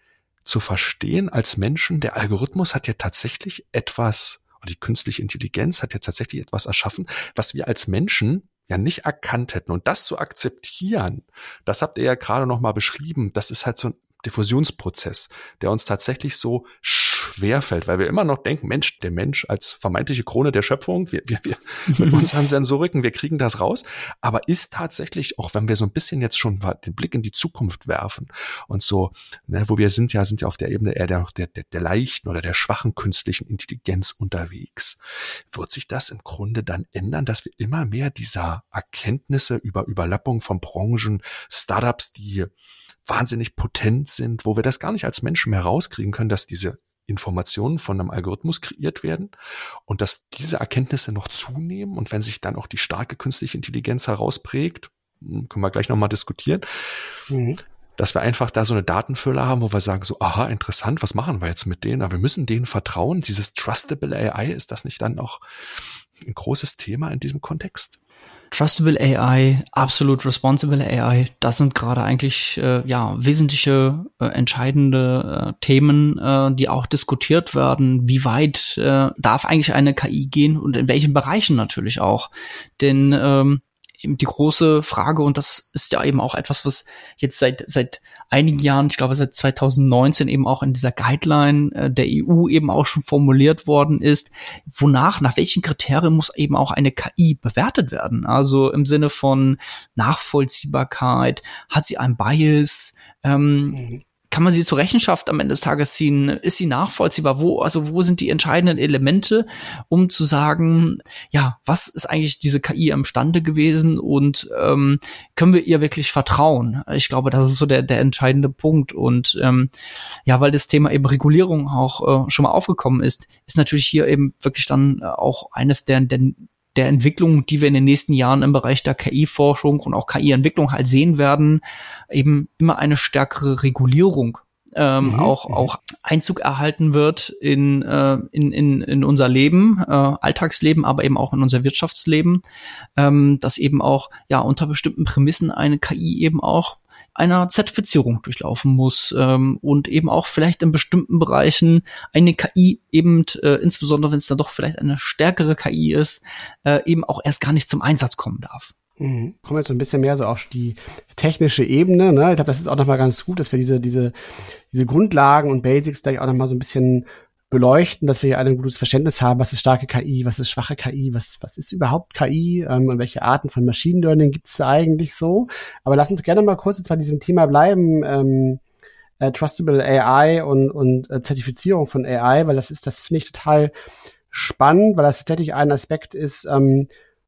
zu verstehen als Menschen, der Algorithmus hat ja tatsächlich etwas, oder die künstliche Intelligenz hat ja tatsächlich etwas erschaffen, was wir als Menschen ja nicht erkannt hätten. Und das zu akzeptieren, das habt ihr ja gerade noch mal beschrieben, das ist halt so ein Diffusionsprozess, der uns tatsächlich so schwerfällt, weil wir immer noch denken, Mensch, der Mensch als vermeintliche Krone der Schöpfung, wir, wir, wir mit unseren Sensoriken, wir kriegen das raus, aber ist tatsächlich, auch wenn wir so ein bisschen jetzt schon den Blick in die Zukunft werfen und so, ne, wo wir sind ja, sind ja auf der Ebene eher der, der, der leichten oder der schwachen künstlichen Intelligenz unterwegs, wird sich das im Grunde dann ändern, dass wir immer mehr dieser Erkenntnisse über Überlappung von Branchen, Startups, die wahnsinnig potent sind, wo wir das gar nicht als Menschen mehr rauskriegen können, dass diese Informationen von einem Algorithmus kreiert werden und dass diese Erkenntnisse noch zunehmen und wenn sich dann auch die starke künstliche Intelligenz herausprägt, können wir gleich nochmal diskutieren, mhm. dass wir einfach da so eine Datenfülle haben, wo wir sagen so, aha, interessant, was machen wir jetzt mit denen? Aber wir müssen denen vertrauen. Dieses Trustable A I, ist das nicht dann auch ein großes Thema in diesem Kontext? Trustable A I, Absolute Responsible A I, das sind gerade eigentlich äh, ja wesentliche, äh, entscheidende äh, Themen, äh, die auch diskutiert werden. Wie weit äh, darf eigentlich eine K I gehen und in welchen Bereichen natürlich auch? Denn ähm, eben die große Frage, und das ist ja eben auch etwas, was jetzt seit seit einigen Jahren, ich glaube seit zwanzig neunzehn eben auch in dieser Guideline äh, der E U eben auch schon formuliert worden ist, wonach, nach welchen Kriterien muss eben auch eine K I bewertet werden? Also im Sinne von Nachvollziehbarkeit, hat sie einen Bias, ähm, mhm. kann man sie zur Rechenschaft am Ende des Tages ziehen? Ist sie nachvollziehbar? Wo, also wo sind die entscheidenden Elemente, um zu sagen, ja, was ist eigentlich diese K I imstande gewesen und ähm, können wir ihr wirklich vertrauen? Ich glaube, das ist so der, der entscheidende Punkt. Und ähm, ja, weil das Thema eben Regulierung auch äh, schon mal aufgekommen ist, ist natürlich hier eben wirklich dann auch eines der, der der Entwicklung, die wir in den nächsten Jahren im Bereich der K I-Forschung und auch K I-Entwicklung halt sehen werden, eben immer eine stärkere Regulierung ähm, mhm. auch auch Einzug erhalten wird in äh, in in in unser Leben, äh, Alltagsleben, aber eben auch in unser Wirtschaftsleben, ähm, dass eben auch ja unter bestimmten Prämissen eine K I eben auch einer Zertifizierung durchlaufen muss ähm, und eben auch vielleicht in bestimmten Bereichen eine K I eben, äh, insbesondere wenn es dann doch vielleicht eine stärkere K I ist, äh, eben auch erst gar nicht zum Einsatz kommen darf. Mhm. Kommen wir jetzt so ein bisschen mehr so auf die technische Ebene, ne? Ich glaube, das ist auch nochmal ganz gut, dass wir diese diese diese Grundlagen und Basics gleich auch nochmal so ein bisschen beleuchten, dass wir hier alle ein gutes Verständnis haben, was ist starke K I, was ist schwache K I, was was ist überhaupt K I ähm, und welche Arten von Machine Learning gibt es eigentlich so. Aber lass uns gerne mal kurz jetzt bei diesem Thema bleiben, ähm, äh, Trustable A I und und äh, Zertifizierung von A I, weil das ist, das finde ich total spannend, weil das tatsächlich ein Aspekt ist, ähm,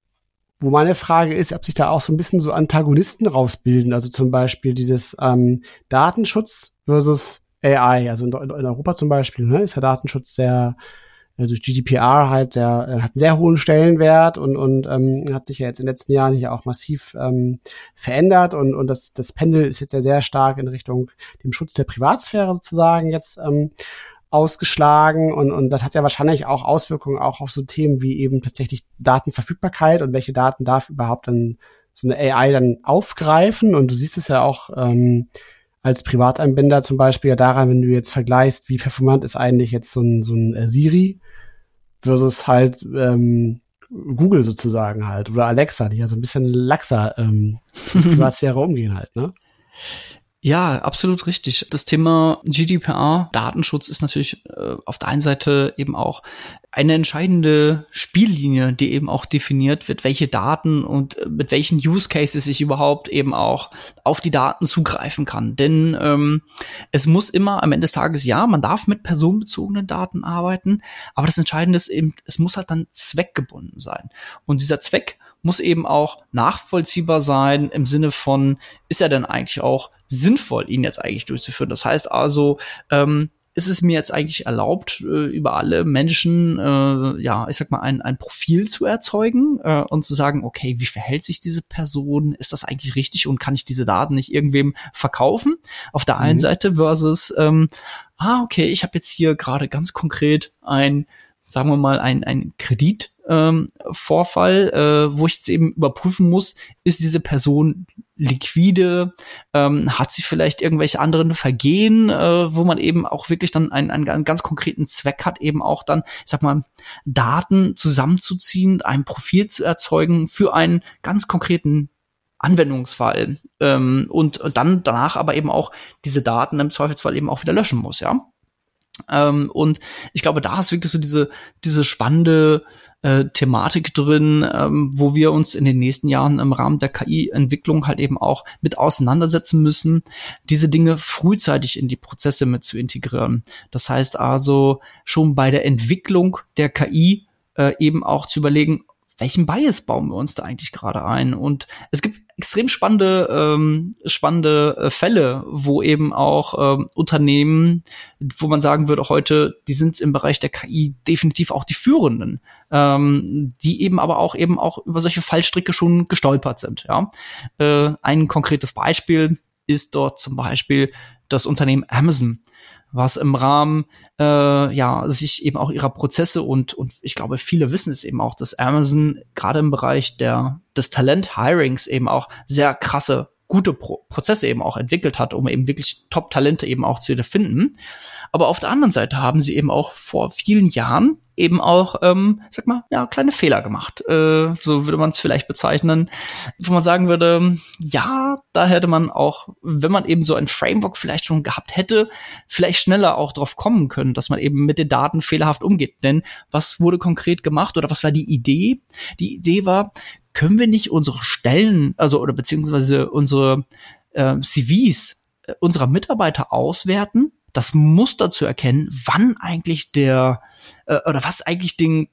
wo meine Frage ist, ob sich da auch so ein bisschen so Antagonisten rausbilden, also zum Beispiel dieses ähm, Datenschutz versus A I, also in, in Europa zum Beispiel, ne, ist der Datenschutz sehr äh, durch G D P R halt sehr äh, hat einen sehr hohen Stellenwert und und ähm, hat sich ja jetzt in den letzten Jahren hier auch massiv ähm, verändert und und das das Pendel ist jetzt ja sehr stark in Richtung dem Schutz der Privatsphäre sozusagen jetzt ähm, ausgeschlagen und und das hat ja wahrscheinlich auch Auswirkungen auch auf so Themen wie eben tatsächlich Datenverfügbarkeit und welche Daten darf überhaupt dann so eine A I dann aufgreifen und du siehst es ja auch ähm, als Privatanwender zum Beispiel ja daran, wenn du jetzt vergleichst, wie performant ist eigentlich jetzt so ein, so ein äh, Siri versus halt ähm, Google sozusagen halt oder Alexa, die ja so ein bisschen laxer ähm, mit Privatsphäre umgehen halt, ne? Ja, absolut richtig. Das Thema G D P R, Datenschutz, ist natürlich äh, auf der einen Seite eben auch eine entscheidende Spiellinie, die eben auch definiert wird, welche Daten und mit welchen Use Cases ich überhaupt eben auch auf die Daten zugreifen kann. Denn ähm, es muss immer am Ende des Tages, ja, man darf mit personenbezogenen Daten arbeiten, aber das Entscheidende ist eben, es muss halt dann zweckgebunden sein. Und dieser Zweck muss eben auch nachvollziehbar sein im Sinne von, ist er denn eigentlich auch sinnvoll, ihn jetzt eigentlich durchzuführen? Das heißt also, ähm, ist es mir jetzt eigentlich erlaubt, äh, über alle Menschen, äh, ja, ich sag mal, ein, ein Profil zu erzeugen äh, und zu sagen, okay, wie verhält sich diese Person? Ist das eigentlich richtig und kann ich diese Daten nicht irgendwem verkaufen? Auf der einen mhm. Seite versus, ähm, ah, okay, ich habe jetzt hier gerade ganz konkret ein, sagen wir mal, ein, ein Kredit, Ähm, Vorfall, äh, wo ich jetzt eben überprüfen muss, ist diese Person liquide, ähm, hat sie vielleicht irgendwelche anderen Vergehen, äh, wo man eben auch wirklich dann einen, einen ganz konkreten Zweck hat, eben auch dann, ich sag mal, Daten zusammenzuziehen, ein Profil zu erzeugen für einen ganz konkreten Anwendungsfall ähm, und dann danach aber eben auch diese Daten im Zweifelsfall eben auch wieder löschen muss, ja. Ähm, und ich glaube, da ist wirklich so diese diese spannende äh, Thematik drin, ähm, wo wir uns in den nächsten Jahren im Rahmen der K I-Entwicklung halt eben auch mit auseinandersetzen müssen, diese Dinge frühzeitig in die Prozesse mit zu integrieren. Das heißt also schon bei der Entwicklung der K I äh, eben auch zu überlegen, welchen Bias bauen wir uns da eigentlich gerade ein? Und es gibt extrem spannende, ähm, spannende äh, Fälle, wo eben auch ähm, Unternehmen, wo man sagen würde heute, die sind im Bereich der K I definitiv auch die Führenden, ähm, die eben aber auch eben auch über solche Fallstricke schon gestolpert sind. Ja, äh, ein konkretes Beispiel ist dort zum Beispiel das Unternehmen Amazon, was im Rahmen äh, ja sich eben auch ihrer Prozesse und und ich glaube, viele wissen es eben auch, dass Amazon gerade im Bereich der des Talent-Hirings eben auch sehr krasse, gute Pro- Prozesse eben auch entwickelt hat, um eben wirklich Top-Talente eben auch zu finden. Aber auf der anderen Seite haben sie eben auch vor vielen Jahren eben auch, ähm, sag mal, ja, kleine Fehler gemacht. Äh, so würde man es vielleicht bezeichnen, wo man sagen würde, ja, da hätte man auch, wenn man eben so ein Framework vielleicht schon gehabt hätte, vielleicht schneller auch drauf kommen können, dass man eben mit den Daten fehlerhaft umgeht. Denn was wurde konkret gemacht oder was war die Idee? Die Idee war, können wir nicht unsere Stellen, also oder beziehungsweise unsere äh, C Vs äh, unserer Mitarbeiter auswerten, das Muster zu erkennen, wann eigentlich der äh, oder was eigentlich den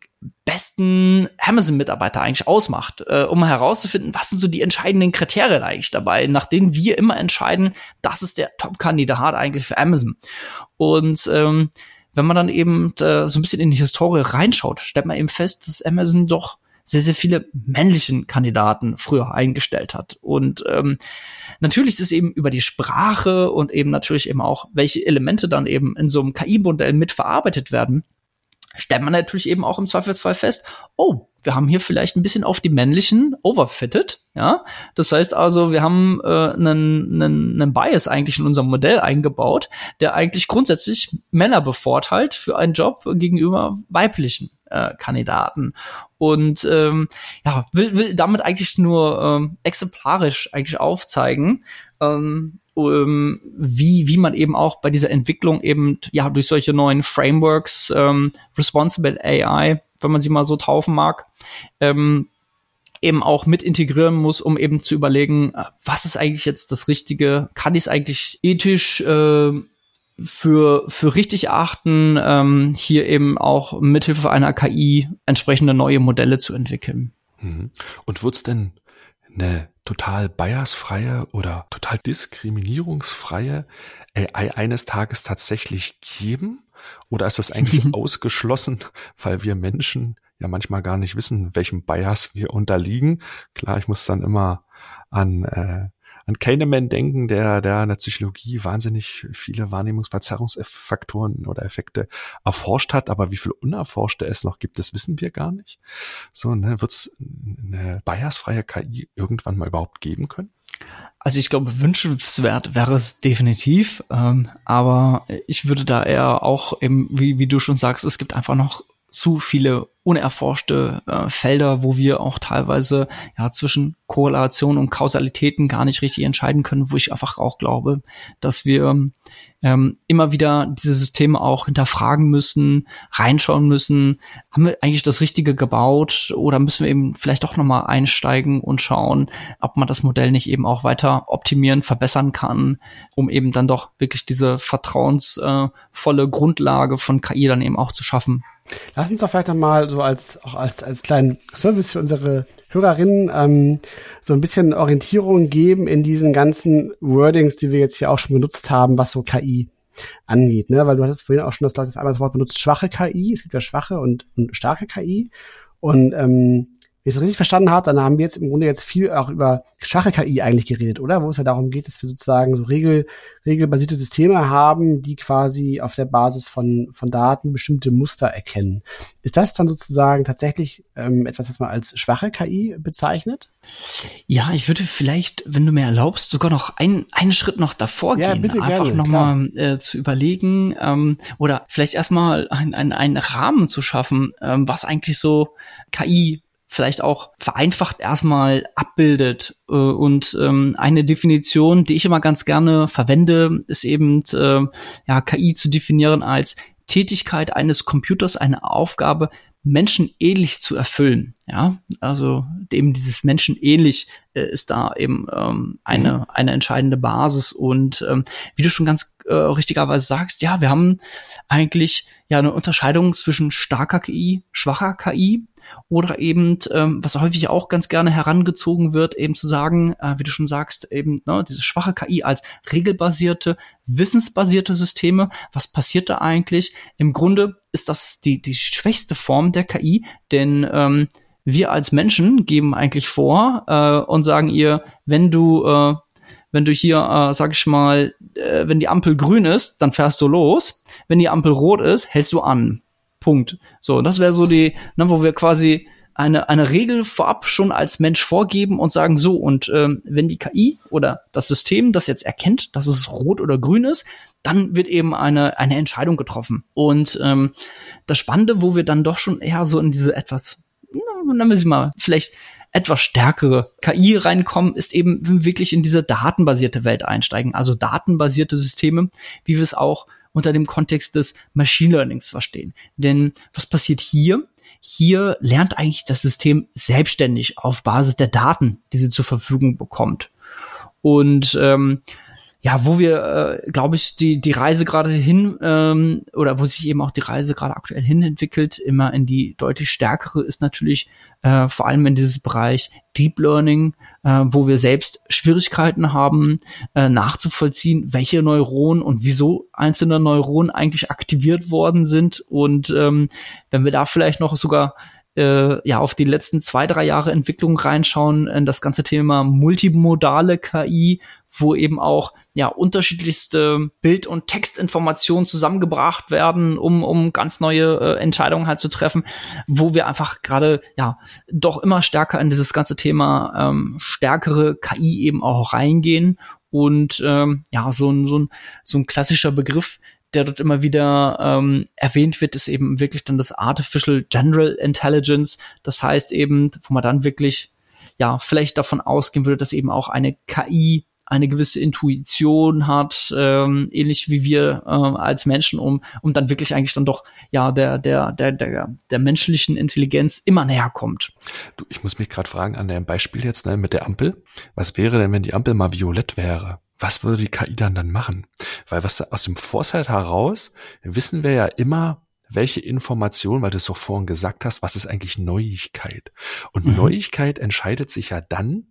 besten Amazon-Mitarbeiter eigentlich ausmacht, äh, um herauszufinden, was sind so die entscheidenden Kriterien eigentlich dabei, nach denen wir immer entscheiden, das ist der Top-Kandidat eigentlich für Amazon. Und ähm, wenn man dann eben äh, so ein bisschen in die Historie reinschaut, stellt man eben fest, dass Amazon doch sehr, sehr viele männlichen Kandidaten früher eingestellt hat. Und ähm, natürlich ist es eben über die Sprache und eben natürlich eben auch, welche Elemente dann eben in so einem K I-Modell mitverarbeitet werden, stellt man natürlich eben auch im Zweifelsfall fest, oh, wir haben hier vielleicht ein bisschen auf die männlichen overfitted, ja. Das heißt also, wir haben äh, einen, einen, einen Bias eigentlich in unserem Modell eingebaut, der eigentlich grundsätzlich Männer bevorteilt für einen Job gegenüber weiblichen äh, Kandidaten. Und ähm, ja, will, will damit eigentlich nur ähm, exemplarisch eigentlich aufzeigen, ähm, um, wie wie man eben auch bei dieser Entwicklung eben ja durch solche neuen Frameworks, ähm, Responsible A I, wenn man sie mal so taufen mag, ähm, eben auch mit integrieren muss, um eben zu überlegen, was ist eigentlich jetzt das Richtige, kann ich es eigentlich ethisch äh, für für richtig erachten, ähm, hier eben auch mithilfe einer K I entsprechende neue Modelle zu entwickeln. Und wird's denn eine total biasfreie oder total diskriminierungsfreie A I eines Tages tatsächlich geben? Oder ist das eigentlich ausgeschlossen, weil wir Menschen ja manchmal gar nicht wissen, welchem Bias wir unterliegen? Klar, ich muss dann immer an äh, an Kahneman denken, der der in der Psychologie wahnsinnig viele Wahrnehmungsverzerrungsfaktoren oder Effekte erforscht hat, aber wie viel unerforschte es noch gibt, das wissen wir gar nicht. So, ne, wird es eine biasfreie K I irgendwann mal überhaupt geben können? Also ich glaube, wünschenswert wäre es definitiv, ähm, aber ich würde da eher auch eben, wie, wie du schon sagst, es gibt einfach noch zu viele unerforschte äh, Felder, wo wir auch teilweise ja zwischen Korrelation und Kausalitäten gar nicht richtig entscheiden können, wo ich einfach auch glaube, dass wir ähm, immer wieder diese Systeme auch hinterfragen müssen, reinschauen müssen, haben wir eigentlich das Richtige gebaut oder müssen wir eben vielleicht doch nochmal einsteigen und schauen, ob man das Modell nicht eben auch weiter optimieren, verbessern kann, um eben dann doch wirklich diese vertrauensvolle Grundlage von K I dann eben auch zu schaffen. Lass uns doch vielleicht nochmal so als, auch als, als kleinen Service für unsere Hörerinnen ähm, so ein bisschen Orientierung geben in diesen ganzen Wordings, die wir jetzt hier auch schon benutzt haben, was so K I angeht, ne? Weil du hattest vorhin auch schon das, das einmal das Wort benutzt, schwache K I. Es gibt ja schwache und, und starke K I. Und ähm, wenn ich es richtig verstanden habe, dann haben wir jetzt im Grunde jetzt viel auch über schwache K I eigentlich geredet, oder? Wo es ja darum geht, dass wir sozusagen so Regel, regelbasierte Systeme haben, die quasi auf der Basis von von Daten bestimmte Muster erkennen. Ist das dann sozusagen tatsächlich ähm, etwas, was man als schwache K I bezeichnet? Ja, ich würde vielleicht, wenn du mir erlaubst, sogar noch einen, einen Schritt noch davor ja, gehen, bitte einfach nochmal äh, zu überlegen ähm, oder vielleicht erstmal ein, ein, einen Rahmen zu schaffen, ähm, was eigentlich so K I vielleicht auch vereinfacht erstmal abbildet. Äh, und ähm, eine Definition, die ich immer ganz gerne verwende, ist eben äh, ja K I zu definieren als Tätigkeit eines Computers, eine Aufgabe menschenähnlich zu erfüllen. Ja, also eben dieses menschenähnlich äh, ist da eben ähm, eine eine entscheidende Basis. Und ähm, wie du schon ganz äh, richtigerweise sagst, ja, wir haben eigentlich ja eine Unterscheidung zwischen starker K I, schwacher K I. Oder eben, ähm, was häufig auch ganz gerne herangezogen wird, eben zu sagen, äh, wie du schon sagst, eben ne, diese schwache K I als regelbasierte, wissensbasierte Systeme. Was passiert da eigentlich? Im Grunde ist das die die schwächste Form der K I, denn ähm, wir als Menschen geben eigentlich vor äh, und sagen ihr, wenn du äh, wenn du hier, äh, sag ich mal, äh, wenn die Ampel grün ist, dann fährst du los. Wenn die Ampel rot ist, hältst du an. Punkt. So, das wäre so die, ne, wo wir quasi eine eine Regel vorab schon als Mensch vorgeben und sagen so, und ähm, wenn die K I oder das System das jetzt erkennt, dass es rot oder grün ist, dann wird eben eine eine Entscheidung getroffen. Und ähm, das Spannende, wo wir dann doch schon eher so in diese etwas, na, nennen wir sie mal, vielleicht etwas stärkere K I reinkommen, ist eben, wenn wir wirklich in diese datenbasierte Welt einsteigen, also datenbasierte Systeme, wie wir es auch unter dem Kontext des Machine Learnings verstehen. Denn was passiert hier? Hier lernt eigentlich das System selbstständig auf Basis der Daten, die sie zur Verfügung bekommt. Und ähm, ja, wo wir, äh, glaube ich, die die Reise gerade hin ähm, oder wo sich eben auch die Reise gerade aktuell hin entwickelt, immer in die deutlich stärkere, ist natürlich äh, vor allem in dieses Bereich Deep Learning, äh, wo wir selbst Schwierigkeiten haben, äh, nachzuvollziehen, welche Neuronen und wieso einzelne Neuronen eigentlich aktiviert worden sind. Und ähm, wenn wir da vielleicht noch sogar äh, ja auf die letzten zwei, drei Jahre Entwicklung reinschauen, in das ganze Thema multimodale K I, wo eben auch ja unterschiedlichste Bild- und Textinformationen zusammengebracht werden, um um ganz neue äh, Entscheidungen halt zu treffen, wo wir einfach gerade ja doch immer stärker in dieses ganze Thema ähm, stärkere K I eben auch reingehen. Und ähm, ja, so ein so ein so ein klassischer Begriff, der dort immer wieder ähm, erwähnt wird, ist eben wirklich dann das Artificial General Intelligence. Das heißt eben, wo man dann wirklich ja vielleicht davon ausgehen würde, dass eben auch eine K I eine gewisse Intuition hat, ähm, ähnlich wie wir äh, als Menschen, um um dann wirklich eigentlich dann doch ja der der der der der menschlichen Intelligenz immer näher kommt. Du, ich muss mich gerade fragen an dem Beispiel jetzt ne, mit der Ampel. Was wäre denn, wenn die Ampel mal violett wäre? Was würde die K I dann dann machen? Weil was aus dem Foresight heraus wissen wir ja immer, welche Information, weil du es doch vorhin gesagt hast, was ist eigentlich Neuigkeit? Und mhm. Neuigkeit entscheidet sich ja dann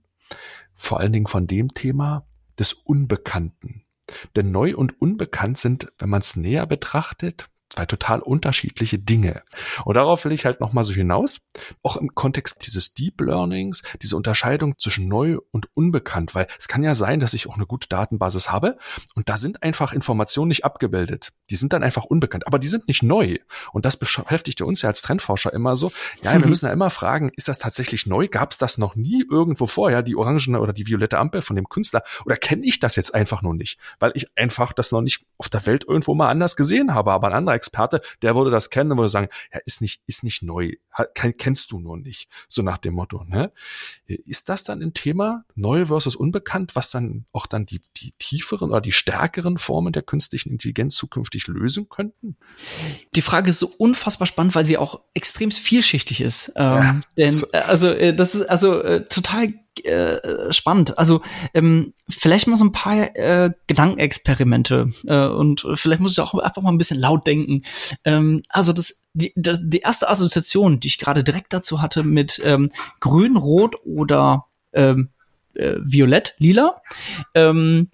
vor allen Dingen von dem Thema des Unbekannten. Denn neu und unbekannt sind, wenn man es näher betrachtet, zwei total unterschiedliche Dinge. Und darauf will ich halt nochmal so hinaus, auch im Kontext dieses Deep Learnings, diese Unterscheidung zwischen neu und unbekannt, weil es kann ja sein, dass ich auch eine gute Datenbasis habe und da sind einfach Informationen nicht abgebildet. Die sind dann einfach unbekannt, aber die sind nicht neu. Und das beschäftigt uns ja als Trendforscher immer so. Ja, wir müssen ja immer fragen, ist das tatsächlich neu? Gab es das noch nie irgendwo vorher, die orangene oder die violette Ampel von dem Künstler? Oder kenne ich das jetzt einfach nur nicht, weil ich einfach das noch nicht auf der Welt irgendwo mal anders gesehen habe. Aber ein anderer Experte, der würde das kennen und würde sagen, ja, ist nicht, ist nicht neu, kennst du nur nicht. So nach dem Motto, ne? Ist das dann ein Thema, neu versus unbekannt, was dann auch dann die, die tieferen oder die stärkeren Formen der künstlichen Intelligenz zukünftig lösen könnten? Die Frage ist so unfassbar spannend, weil sie auch extrem vielschichtig ist. Ähm, ja, denn, so. also, äh, das ist also äh, total äh, spannend. Also, ähm, vielleicht mal so ein paar äh, Gedankenexperimente äh, und vielleicht muss ich auch einfach mal ein bisschen laut denken. Ähm, also, das, die, die erste Assoziation, die ich gerade direkt dazu hatte mit ähm, Grün, Rot oder ähm, äh, Violett, Lila. Ähm,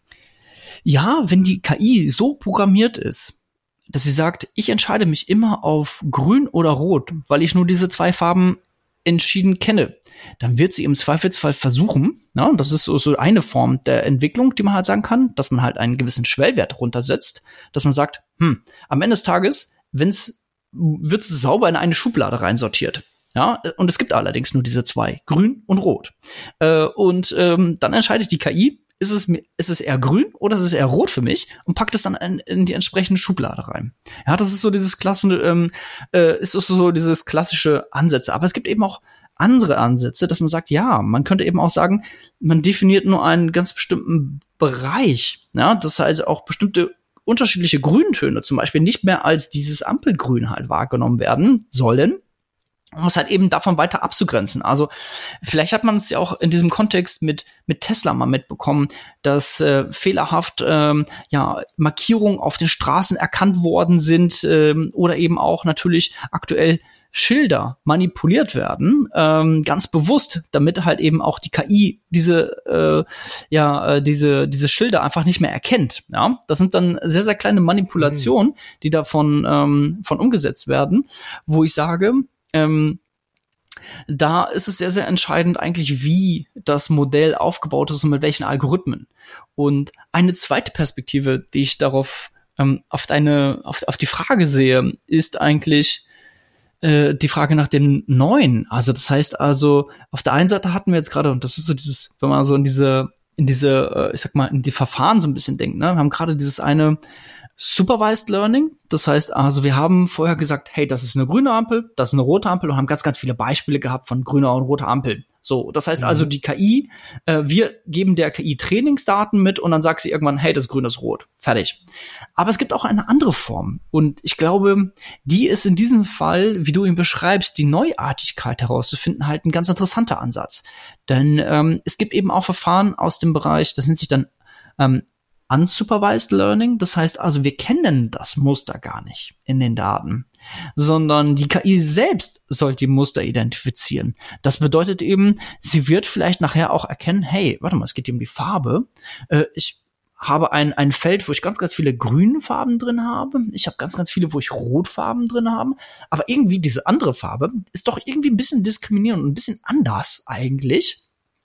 ja, wenn die K I so programmiert ist, dass sie sagt, ich entscheide mich immer auf Grün oder Rot, weil ich nur diese zwei Farben entschieden kenne, dann wird sie im Zweifelsfall versuchen, ja, das ist so, so eine Form der Entwicklung, die man halt sagen kann, dass man halt einen gewissen Schwellwert runtersetzt, dass man sagt, hm, am Ende des Tages, wenn's, wird es sauber in eine Schublade reinsortiert. Ja, und es gibt allerdings nur diese zwei, Grün und Rot. Äh, und ähm, dann entscheidet die K I, ist es, ist es eher grün oder ist es eher rot für mich und packt es dann in, in die entsprechende Schublade rein. Ja, das ist so dieses klassische, ähm, äh, ist so dieses klassische Ansätze. Aber es gibt eben auch andere Ansätze, dass man sagt, ja, man könnte eben auch sagen, man definiert nur einen ganz bestimmten Bereich. Ja, das heißt auch bestimmte unterschiedliche Grüntöne zum Beispiel nicht mehr als dieses Ampelgrün halt wahrgenommen werden sollen, um es halt eben davon weiter abzugrenzen. Also vielleicht hat man es ja auch in diesem Kontext mit mit Tesla mal mitbekommen, dass äh, fehlerhaft ähm, ja Markierungen auf den Straßen erkannt worden sind ähm, oder eben auch natürlich aktuell Schilder manipuliert werden, ähm, ganz bewusst, damit halt eben auch die K I diese äh, ja äh, diese diese Schilder einfach nicht mehr erkennt. Ja, das sind dann sehr sehr kleine Manipulationen, mhm. die davon ähm, von umgesetzt werden, wo ich sage, ähm, da ist es sehr sehr entscheidend eigentlich, wie das Modell aufgebaut ist und mit welchen Algorithmen. Und eine zweite Perspektive, die ich darauf ähm, auf deine auf auf die Frage sehe, ist eigentlich die Frage nach dem Neuen. Also das heißt also, auf der einen Seite hatten wir jetzt gerade, und das ist so dieses, wenn man so in diese, in diese, ich sag mal, in die Verfahren so ein bisschen denkt, ne, wir haben gerade dieses eine Supervised Learning. Das heißt also, wir haben vorher gesagt, hey, das ist eine grüne Ampel, das ist eine rote Ampel und haben ganz, ganz viele Beispiele gehabt von grüner und roter Ampel. So, das heißt mhm. also, die K I, äh, wir geben der K I Trainingsdaten mit und dann sagt sie irgendwann, hey, das ist grün, das ist rot. Fertig. Aber es gibt auch eine andere Form. Und ich glaube, die ist in diesem Fall, wie du ihn beschreibst, die Neuartigkeit herauszufinden, halt ein ganz interessanter Ansatz. Denn ähm, es gibt eben auch Verfahren aus dem Bereich, das nennt sich dann ähm, Unsupervised Learning, das heißt also, wir kennen das Muster gar nicht in den Daten, sondern die K I selbst soll die Muster identifizieren. Das bedeutet eben, sie wird vielleicht nachher auch erkennen, hey, warte mal, es geht hier um die Farbe. Äh, ich habe ein, ein Feld, wo ich ganz, ganz viele grüne Farben drin habe. Ich habe ganz, ganz viele, wo ich Rotfarben drin habe. Aber irgendwie diese andere Farbe ist doch irgendwie ein bisschen diskriminierend und ein bisschen anders eigentlich.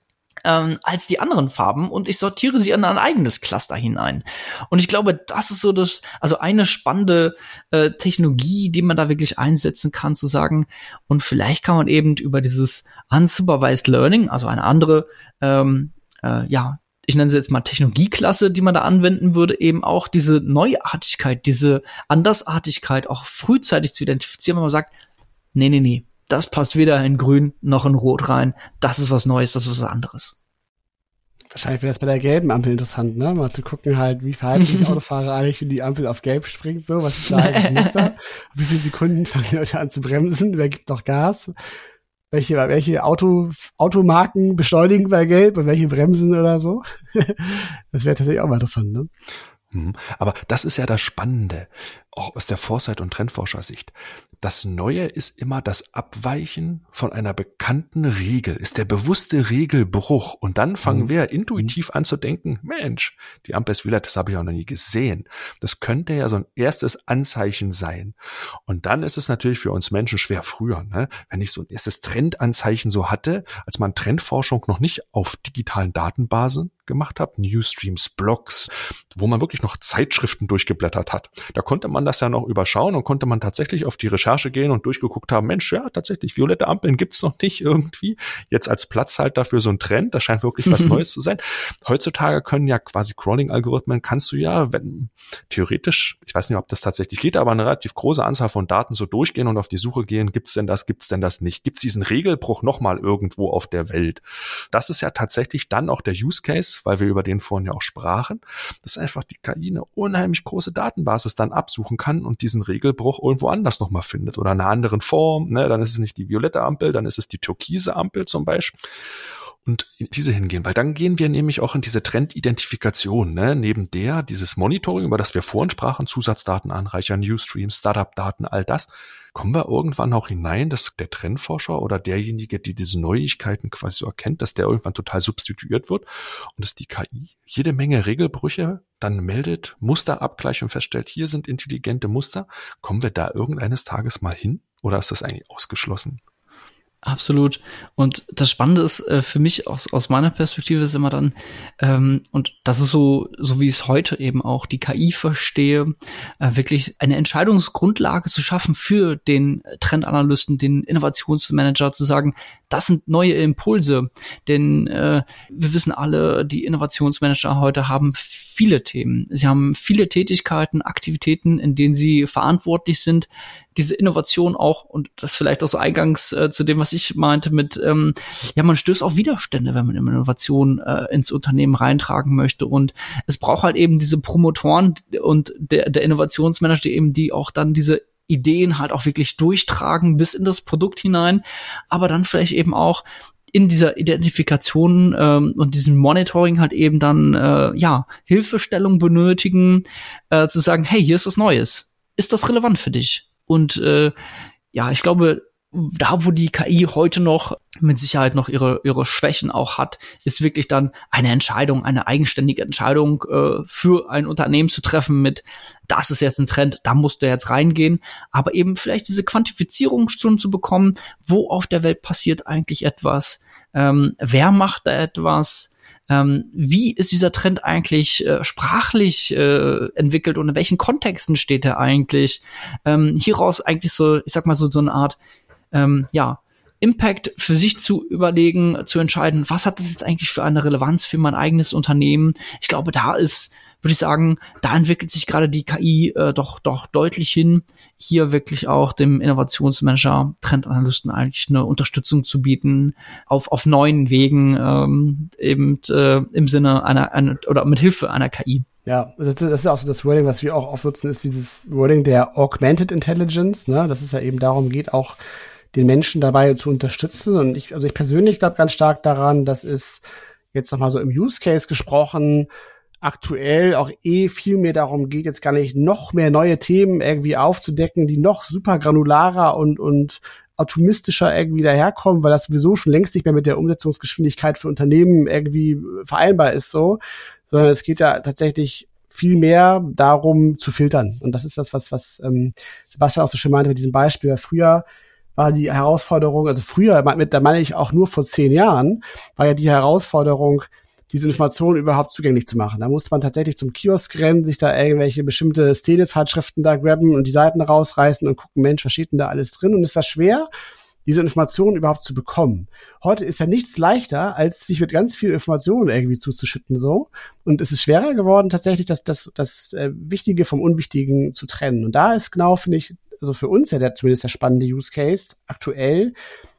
Ähm, als die anderen Farben und ich sortiere sie in ein eigenes Cluster hinein. Und ich glaube, das ist so das, also eine spannende äh, Technologie, die man da wirklich einsetzen kann, zu sagen, und vielleicht kann man eben über dieses Unsupervised Learning, also eine andere, ähm, äh, ja, ich nenne sie jetzt mal Technologieklasse, die man da anwenden würde, eben auch diese Neuartigkeit, diese Andersartigkeit auch frühzeitig zu identifizieren, wenn man sagt, nee, nee, nee, das passt weder in Grün noch in Rot rein. Das ist was Neues, das ist was anderes. Wahrscheinlich wäre das bei der gelben Ampel interessant, ne? Mal zu gucken halt, wie verhalten sich Autofahrer eigentlich, wenn die Ampel auf gelb springt, so. Was ist da eigentlich das Muster? Wie viele Sekunden fangen die Leute an zu bremsen? Wer gibt noch Gas? Welche, welche Auto, Automarken beschleunigen bei gelb und welche bremsen oder so? Das wäre tatsächlich auch mal interessant, ne? Aber das ist ja das Spannende, auch aus der Foresight- und Trendforschersicht. Das Neue ist immer das Abweichen von einer bekannten Regel, ist der bewusste Regelbruch. Und dann fangen mhm. wir intuitiv an zu denken, Mensch, die Ampel ist violett, das habe ich auch noch nie gesehen. Das könnte ja so ein erstes Anzeichen sein. Und dann ist es natürlich für uns Menschen schwer früher, ne? Wenn ich so ein erstes Trendanzeichen so hatte, als man Trendforschung noch nicht auf digitalen Datenbasen gemacht habe, Newsstreams, Blogs, wo man wirklich noch Zeitschriften durchgeblättert hat. Da konnte man das ja noch überschauen und konnte man tatsächlich auf die Recherche gehen und durchgeguckt haben, Mensch, ja, tatsächlich, violette Ampeln gibt's noch nicht irgendwie. Jetzt als Platzhalter für so einen Trend, das scheint wirklich was Neues zu sein. Heutzutage können ja quasi Crawling-Algorithmen, kannst du ja, wenn theoretisch, ich weiß nicht, ob das tatsächlich geht, aber eine relativ große Anzahl von Daten so durchgehen und auf die Suche gehen, gibt's denn das, gibt's denn das nicht? Gibt's diesen Regelbruch nochmal irgendwo auf der Welt? Das ist ja tatsächlich dann auch der Use Case, weil wir über den vorhin ja auch sprachen, dass einfach die K I eine unheimlich große Datenbasis dann absuchen kann und diesen Regelbruch irgendwo anders nochmal findet oder in einer anderen Form, ne? Dann ist es nicht die violette Ampel, dann ist es die türkise Ampel zum Beispiel. Und in diese hingehen, weil dann gehen wir nämlich auch in diese Trendidentifikation, ne? Neben der, dieses Monitoring, über das wir vorhin sprachen, Zusatzdaten anreichern, Newsstreams, Startup-Daten, all das, kommen wir irgendwann auch hinein, dass der Trendforscher oder derjenige, der diese Neuigkeiten quasi so erkennt, dass der irgendwann total substituiert wird und dass die K I jede Menge Regelbrüche dann meldet, Muster abgleicht und feststellt, hier sind intelligente Muster. Kommen wir da irgendeines Tages mal hin oder ist das eigentlich ausgeschlossen? Absolut. Und das Spannende ist äh, für mich aus aus meiner Perspektive ist immer dann, ähm, und das ist so, so wie ich es heute eben auch die K I verstehe, äh, wirklich eine Entscheidungsgrundlage zu schaffen für den Trendanalysten, den Innovationsmanager, zu sagen, das sind neue Impulse. Denn äh, wir wissen alle, die Innovationsmanager heute haben viele Themen. Sie haben viele Tätigkeiten, Aktivitäten, in denen sie verantwortlich sind, diese Innovation auch, und das vielleicht auch so eingangs äh, zu dem, was ich meinte mit, ähm, ja, man stößt auf Widerstände, wenn man Innovation äh, ins Unternehmen reintragen möchte, und es braucht halt eben diese Promotoren und der, der Innovationsmanager, die eben die auch dann diese Ideen halt auch wirklich durchtragen bis in das Produkt hinein, aber dann vielleicht eben auch in dieser Identifikation ähm, und diesem Monitoring halt eben dann äh, ja Hilfestellung benötigen, äh, zu sagen, hey, hier ist was Neues. Ist das relevant für dich? Und äh, ja, ich glaube, da, wo die K I heute noch mit Sicherheit noch ihre ihre Schwächen auch hat, ist wirklich dann eine Entscheidung, eine eigenständige Entscheidung äh, für ein Unternehmen zu treffen mit, das ist jetzt ein Trend, da musst du jetzt reingehen, aber eben vielleicht diese Quantifizierung schon zu bekommen, wo auf der Welt passiert eigentlich etwas, ähm, wer macht da etwas, Ähm, wie ist dieser Trend eigentlich äh, sprachlich äh, entwickelt und in welchen Kontexten steht er eigentlich? Ähm, hieraus eigentlich so, ich sag mal so, so eine Art, ähm, ja, Impact für sich zu überlegen, zu entscheiden, was hat das jetzt eigentlich für eine Relevanz für mein eigenes Unternehmen? Ich glaube, da ist, würde ich sagen, da entwickelt sich gerade die K I äh, doch doch deutlich hin, hier wirklich auch dem Innovationsmanager, Trendanalysten eigentlich eine Unterstützung zu bieten, auf auf neuen Wegen, ähm, eben äh, im Sinne einer, einer oder mit Hilfe einer K I. Ja, das, das ist auch so das Wording, was wir auch oft nutzen, ist dieses Wording der Augmented Intelligence, ne, dass es ja eben darum geht, auch den Menschen dabei zu unterstützen. Und ich, also ich persönlich glaube ganz stark daran, dass es jetzt nochmal so im Use Case gesprochen, aktuell auch eh viel mehr darum geht, jetzt gar nicht noch mehr neue Themen irgendwie aufzudecken, die noch super granularer und, und atomistischer irgendwie daherkommen, weil das sowieso schon längst nicht mehr mit der Umsetzungsgeschwindigkeit für Unternehmen irgendwie vereinbar ist, so, sondern es geht ja tatsächlich viel mehr darum zu filtern. Und das ist das, was, was ähm, Sebastian auch so schön meinte mit diesem Beispiel. Früher war die Herausforderung, also früher, da meine ich auch nur vor zehn Jahren, war ja die Herausforderung, diese Informationen überhaupt zugänglich zu machen. Da musste man tatsächlich zum Kiosk rennen, sich da irgendwelche bestimmte Szene-Zeitschriften da grabben und die Seiten rausreißen und gucken, Mensch, was steht denn da alles drin? Und es war schwer, diese Informationen überhaupt zu bekommen. Heute ist ja nichts leichter, als sich mit ganz viel Informationen irgendwie zuzuschütten, so. Und es ist schwerer geworden, tatsächlich das, das, das äh, Wichtige vom Unwichtigen zu trennen. Und da ist genau, finde ich, also für uns ja der, zumindest der spannende Use Case aktuell,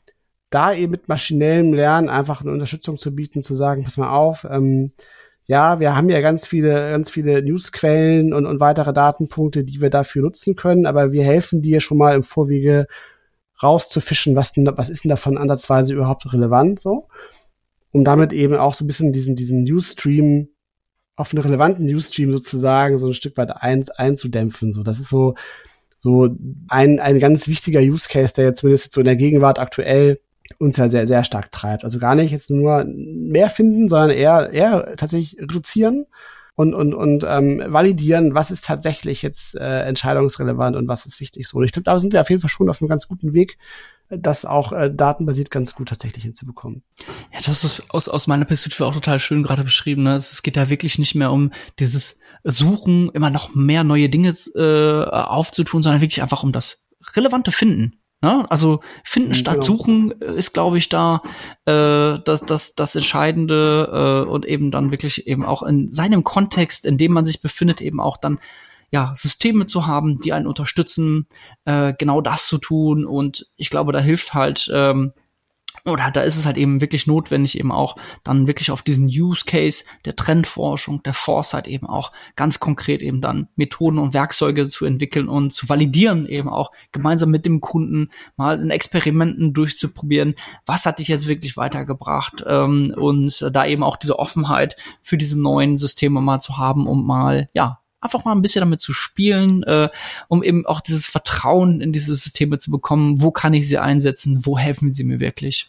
da eben mit maschinellem Lernen einfach eine Unterstützung zu bieten, zu sagen, pass mal auf, ähm, ja, wir haben ja ganz viele, ganz viele Newsquellen und, und weitere Datenpunkte, die wir dafür nutzen können, aber wir helfen dir schon mal im Vorwege rauszufischen, was denn, was ist denn davon ansatzweise überhaupt relevant, so, um damit eben auch so ein bisschen diesen, diesen Newsstream, auf einen relevanten Newsstream sozusagen so ein Stück weit ein, einzudämpfen, so, das ist so, so ein, ein ganz wichtiger Use Case, der jetzt zumindest jetzt so in der Gegenwart aktuell uns ja sehr, sehr stark treibt. Also gar nicht jetzt nur mehr finden, sondern eher, eher tatsächlich reduzieren und und und ähm, validieren, was ist tatsächlich jetzt äh, entscheidungsrelevant und was ist wichtig. So, und ich glaube, da sind wir auf jeden Fall schon auf einem ganz guten Weg, das auch äh, datenbasiert ganz gut tatsächlich hinzubekommen. Ja, das ist aus, aus meiner Perspektive auch total schön gerade beschrieben. Ne? Es geht da wirklich nicht mehr um dieses Suchen, immer noch mehr neue Dinge äh, aufzutun, sondern wirklich einfach um das relevante Finden. Ne? Also Finden statt genau. Suchen ist, glaube ich, da äh, das, das, das Entscheidende äh, und eben dann wirklich eben auch in seinem Kontext, in dem man sich befindet, eben auch dann ja, Systeme zu haben, die einen unterstützen, äh, genau das zu tun. Und ich glaube, da hilft halt, ähm, oder da ist es halt eben wirklich notwendig, eben auch dann wirklich auf diesen Use Case der Trendforschung, der Foresight eben auch ganz konkret eben dann Methoden und Werkzeuge zu entwickeln und zu validieren, eben auch gemeinsam mit dem Kunden mal in Experimenten durchzuprobieren, was hat dich jetzt wirklich weitergebracht, ähm, und da eben auch diese Offenheit für diese neuen Systeme mal zu haben, um mal, ja, einfach mal ein bisschen damit zu spielen, äh, um eben auch dieses Vertrauen in diese Systeme zu bekommen. Wo kann ich sie einsetzen? Wo helfen sie mir wirklich?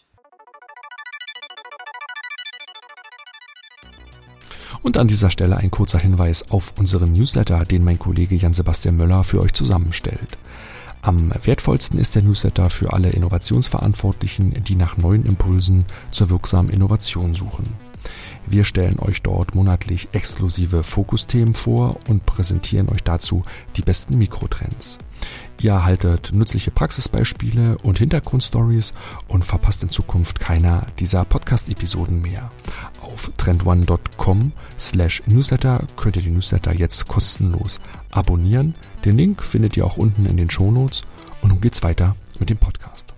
Und an dieser Stelle ein kurzer Hinweis auf unseren Newsletter, den mein Kollege Jan-Sebastian Möller für euch zusammenstellt. Am wertvollsten ist der Newsletter für alle Innovationsverantwortlichen, die nach neuen Impulsen zur wirksamen Innovation suchen. Wir stellen euch dort monatlich exklusive Fokusthemen vor und präsentieren euch dazu die besten Mikrotrends. Ihr erhaltet nützliche Praxisbeispiele und Hintergrundstories und verpasst in Zukunft keiner dieser Podcast-Episoden mehr. Auf trendone punkt com slash newsletter könnt ihr die Newsletter jetzt kostenlos abonnieren. Den Link findet ihr auch unten in den Shownotes. Und nun geht's weiter mit dem Podcast.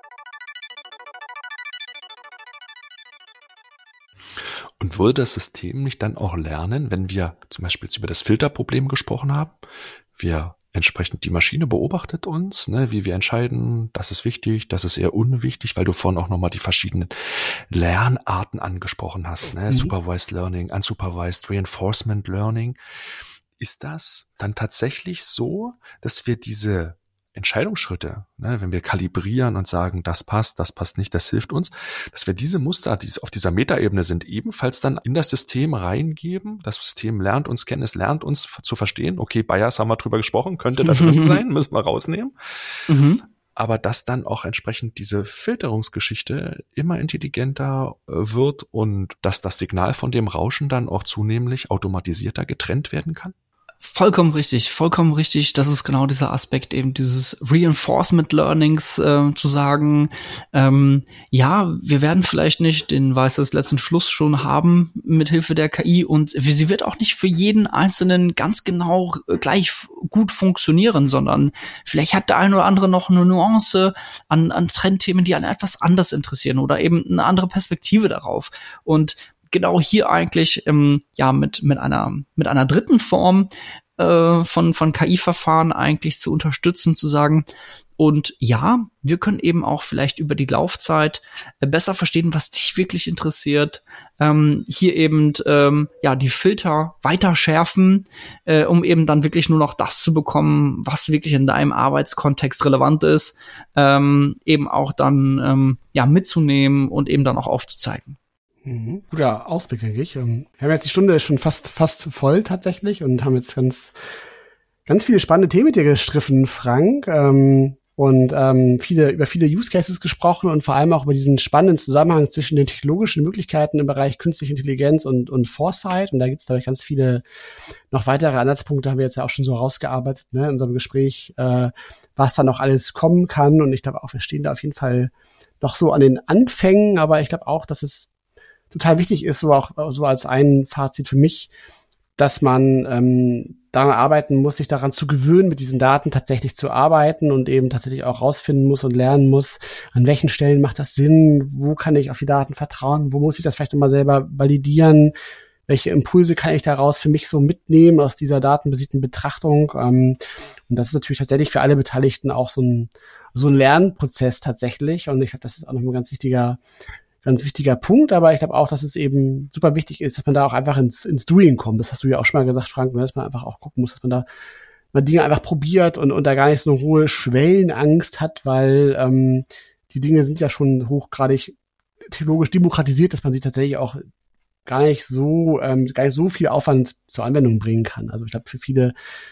Und würde das System nicht dann auch lernen, wenn wir zum Beispiel jetzt über das Filterproblem gesprochen haben? Wir entsprechend, die Maschine beobachtet uns, ne, wie wir entscheiden, das ist wichtig, das ist eher unwichtig, weil du vorhin auch nochmal die verschiedenen Lernarten angesprochen hast, ne? Mhm. Supervised Learning, Unsupervised, Reinforcement Learning. Ist das dann tatsächlich so, dass wir diese Entscheidungsschritte, ne, wenn wir kalibrieren und sagen, das passt, das passt nicht, das hilft uns, dass wir diese Muster, die auf dieser Metaebene sind, ebenfalls dann in das System reingeben. Das System lernt uns kennen, es lernt uns zu verstehen. Okay, Bias haben wir drüber gesprochen, könnte da drin sein, müssen wir rausnehmen. Mhm. Aber dass dann auch entsprechend diese Filterungsgeschichte immer intelligenter wird und dass das Signal von dem Rauschen dann auch zunehmend automatisierter getrennt werden kann? Vollkommen richtig, vollkommen richtig. Das ist genau dieser Aspekt eben dieses Reinforcement Learnings, äh, zu sagen, ähm, ja, wir werden vielleicht nicht den weißes letzten Schluss schon haben mit Hilfe der K I und sie wird auch nicht für jeden Einzelnen ganz genau gleich gut funktionieren, sondern vielleicht hat der eine oder andere noch eine Nuance an, an Trendthemen, die einen etwas anders interessieren oder eben eine andere Perspektive darauf. Und genau hier eigentlich ähm, ja mit mit einer mit einer dritten Form äh, von von K I-Verfahren eigentlich zu unterstützen, zu sagen, und ja, wir können eben auch vielleicht über die Laufzeit äh, besser verstehen, was dich wirklich interessiert, ähm, hier eben ähm, ja die Filter weiter schärfen, äh, um eben dann wirklich nur noch das zu bekommen, was wirklich in deinem Arbeitskontext relevant ist, ähm, eben auch dann ähm, ja mitzunehmen und eben dann auch aufzuzeigen. Mhm. Guter Ausblick, denke ich. Wir haben jetzt die Stunde schon fast fast voll tatsächlich und haben jetzt ganz ganz viele spannende Themen mit dir gestriffen, Frank. Ähm, und ähm, viele über viele Use Cases gesprochen und vor allem auch über diesen spannenden Zusammenhang zwischen den technologischen Möglichkeiten im Bereich künstliche Intelligenz und und Foresight. Und da gibt es, glaube ich, ganz viele noch weitere Ansatzpunkte, haben wir jetzt ja auch schon so rausgearbeitet, ne, in unserem Gespräch, äh, was da noch alles kommen kann. Und ich glaube auch, wir stehen da auf jeden Fall noch so an den Anfängen, aber ich glaube auch, dass es total wichtig ist, so auch so als ein Fazit für mich, dass man ähm, daran arbeiten muss, sich daran zu gewöhnen, mit diesen Daten tatsächlich zu arbeiten und eben tatsächlich auch rausfinden muss und lernen muss, an welchen Stellen macht das Sinn, wo kann ich auf die Daten vertrauen, wo muss ich das vielleicht nochmal selber validieren, welche Impulse kann ich daraus für mich so mitnehmen aus dieser datenbasierten Betrachtung. Ähm, und das ist natürlich tatsächlich für alle Beteiligten auch so ein, so ein Lernprozess tatsächlich. Und ich glaube, das ist auch nochmal ein ganz wichtiger Ganz wichtiger Punkt, aber ich glaube auch, dass es eben super wichtig ist, dass man da auch einfach ins, ins Doing kommt. Das hast du ja auch schon mal gesagt, Frank, dass man einfach auch gucken muss, dass man da mal Dinge einfach probiert und, und da gar nicht so eine hohe Schwellenangst hat, weil ähm, die Dinge sind ja schon hochgradig technologisch demokratisiert, dass man sie tatsächlich auch gar nicht so, ähm, gar nicht so viel Aufwand zur Anwendung bringen kann. Also ich glaube, für viele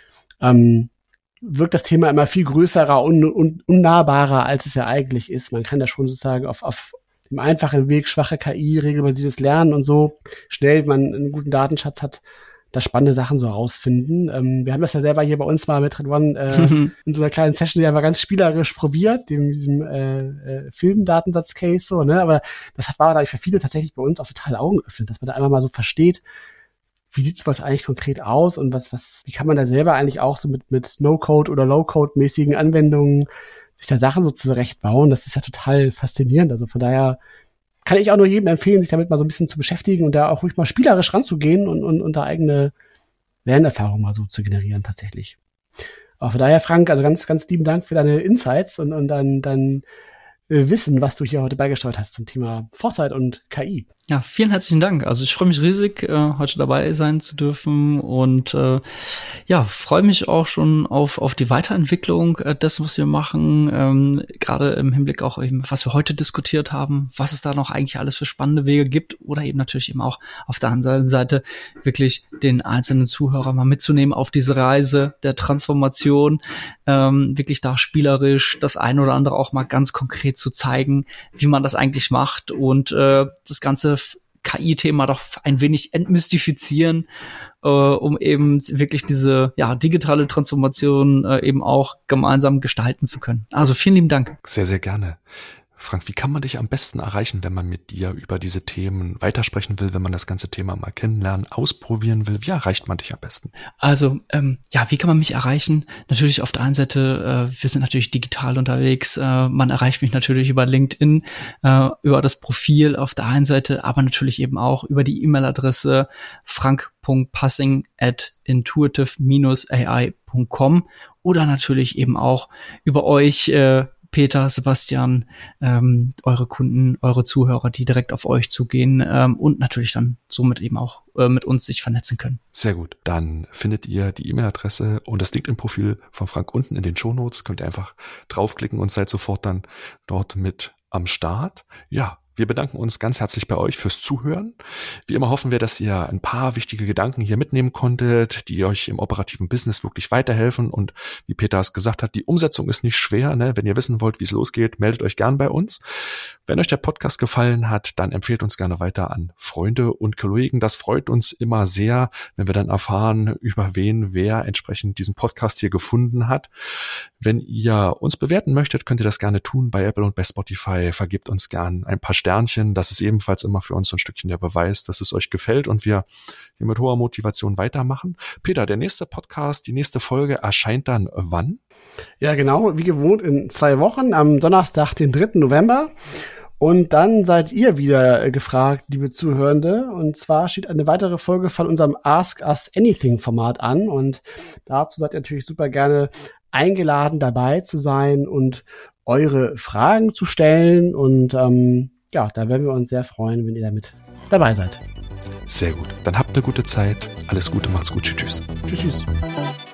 ähm, wirkt das Thema immer viel größerer und un, un, unnahbarer, als es ja eigentlich ist. Man kann da schon sozusagen auf, auf dem einfachen Weg, schwache K I, regelbasiertes Lernen und so, schnell, wenn man einen guten Datenschatz hat, da spannende Sachen so rausfinden. Ähm, wir haben das ja selber hier bei uns mal mit Trend One äh, in so einer kleinen Session ja mal ganz spielerisch probiert, dem diesem äh, äh, Film-Datensatz-Case so, ne? Aber das war da für viele tatsächlich bei uns auch total Augen geöffnet, dass man da einfach mal so versteht, wie sieht sowas eigentlich konkret aus und was, was, wie kann man da selber eigentlich auch so mit, mit No-Code oder Low-Code-mäßigen Anwendungen sich da Sachen so zurechtbauen. Das ist ja total faszinierend. Also von daher kann ich auch nur jedem empfehlen, sich damit mal so ein bisschen zu beschäftigen und da auch ruhig mal spielerisch ranzugehen und, und, und da eigene Lernerfahrung mal so zu generieren tatsächlich. Auch von daher, Frank, also ganz, ganz lieben Dank für deine Insights und, und dein, dein äh, Wissen, was du hier heute beigesteuert hast zum Thema Foresight und K I. Ja, vielen herzlichen Dank. Also ich freue mich riesig, äh, heute dabei sein zu dürfen und äh, ja, freue mich auch schon auf auf die Weiterentwicklung äh, dessen, was wir machen, ähm, gerade im Hinblick auch eben, was wir heute diskutiert haben, was es da noch eigentlich alles für spannende Wege gibt oder eben natürlich eben auch auf der anderen Seite wirklich den einzelnen Zuhörer mal mitzunehmen auf diese Reise der Transformation, ähm, wirklich da spielerisch das eine oder andere auch mal ganz konkret zu zeigen, wie man das eigentlich macht und äh, das Ganze K I-Thema doch ein wenig entmystifizieren, äh, um eben wirklich diese ja digitale Transformation äh, eben auch gemeinsam gestalten zu können. Also vielen lieben Dank. Sehr, sehr gerne. Frank, wie kann man dich am besten erreichen, wenn man mit dir über diese Themen weitersprechen will, wenn man das ganze Thema mal kennenlernen, ausprobieren will? Wie erreicht man dich am besten? Also, ähm, ja, wie kann man mich erreichen? Natürlich auf der einen Seite, äh, wir sind natürlich digital unterwegs. Äh, man erreicht mich natürlich über LinkedIn, äh, über das Profil auf der einen Seite, aber natürlich eben auch über die E-Mail-Adresse frank punkt passing at intuitive dash a i punkt com oder natürlich eben auch über euch, äh, Peter, Sebastian, ähm, eure Kunden, eure Zuhörer, die direkt auf euch zugehen ähm, und natürlich dann somit eben auch äh, mit uns sich vernetzen können. Sehr gut. Dann findet ihr die E-Mail-Adresse und das LinkedIn-Profil von Frank unten in den Shownotes. Könnt ihr einfach draufklicken und seid sofort dann dort mit am Start. Ja, wir bedanken uns ganz herzlich bei euch fürs Zuhören. Wie immer hoffen wir, dass ihr ein paar wichtige Gedanken hier mitnehmen konntet, die euch im operativen Business wirklich weiterhelfen. Und wie Peter es gesagt hat, die Umsetzung ist nicht schwer. Ne? Wenn ihr wissen wollt, wie es losgeht, meldet euch gern bei uns. Wenn euch der Podcast gefallen hat, dann empfehlt uns gerne weiter an Freunde und Kollegen. Das freut uns immer sehr, wenn wir dann erfahren, über wen wer entsprechend diesen Podcast hier gefunden hat. Wenn ihr uns bewerten möchtet, könnt ihr das gerne tun bei Apple und bei Spotify. Vergebt uns gern ein paar Sternchen. Das ist ebenfalls immer für uns so ein Stückchen der Beweis, dass es euch gefällt und wir hier mit hoher Motivation weitermachen. Peter, der nächste Podcast, die nächste Folge erscheint dann wann? Ja, genau, wie gewohnt in zwei Wochen, am Donnerstag, den dritten November. Und dann seid ihr wieder gefragt, liebe Zuhörende. Und zwar steht eine weitere Folge von unserem Ask Us Anything Format an. Und dazu seid ihr natürlich super gerne eingeladen, dabei zu sein und eure Fragen zu stellen. Und ähm, ja, da werden wir uns sehr freuen, wenn ihr damit dabei seid. Sehr gut. Dann habt eine gute Zeit. Alles Gute, macht's gut. Tschüss, tschüss. Tschüss, tschüss.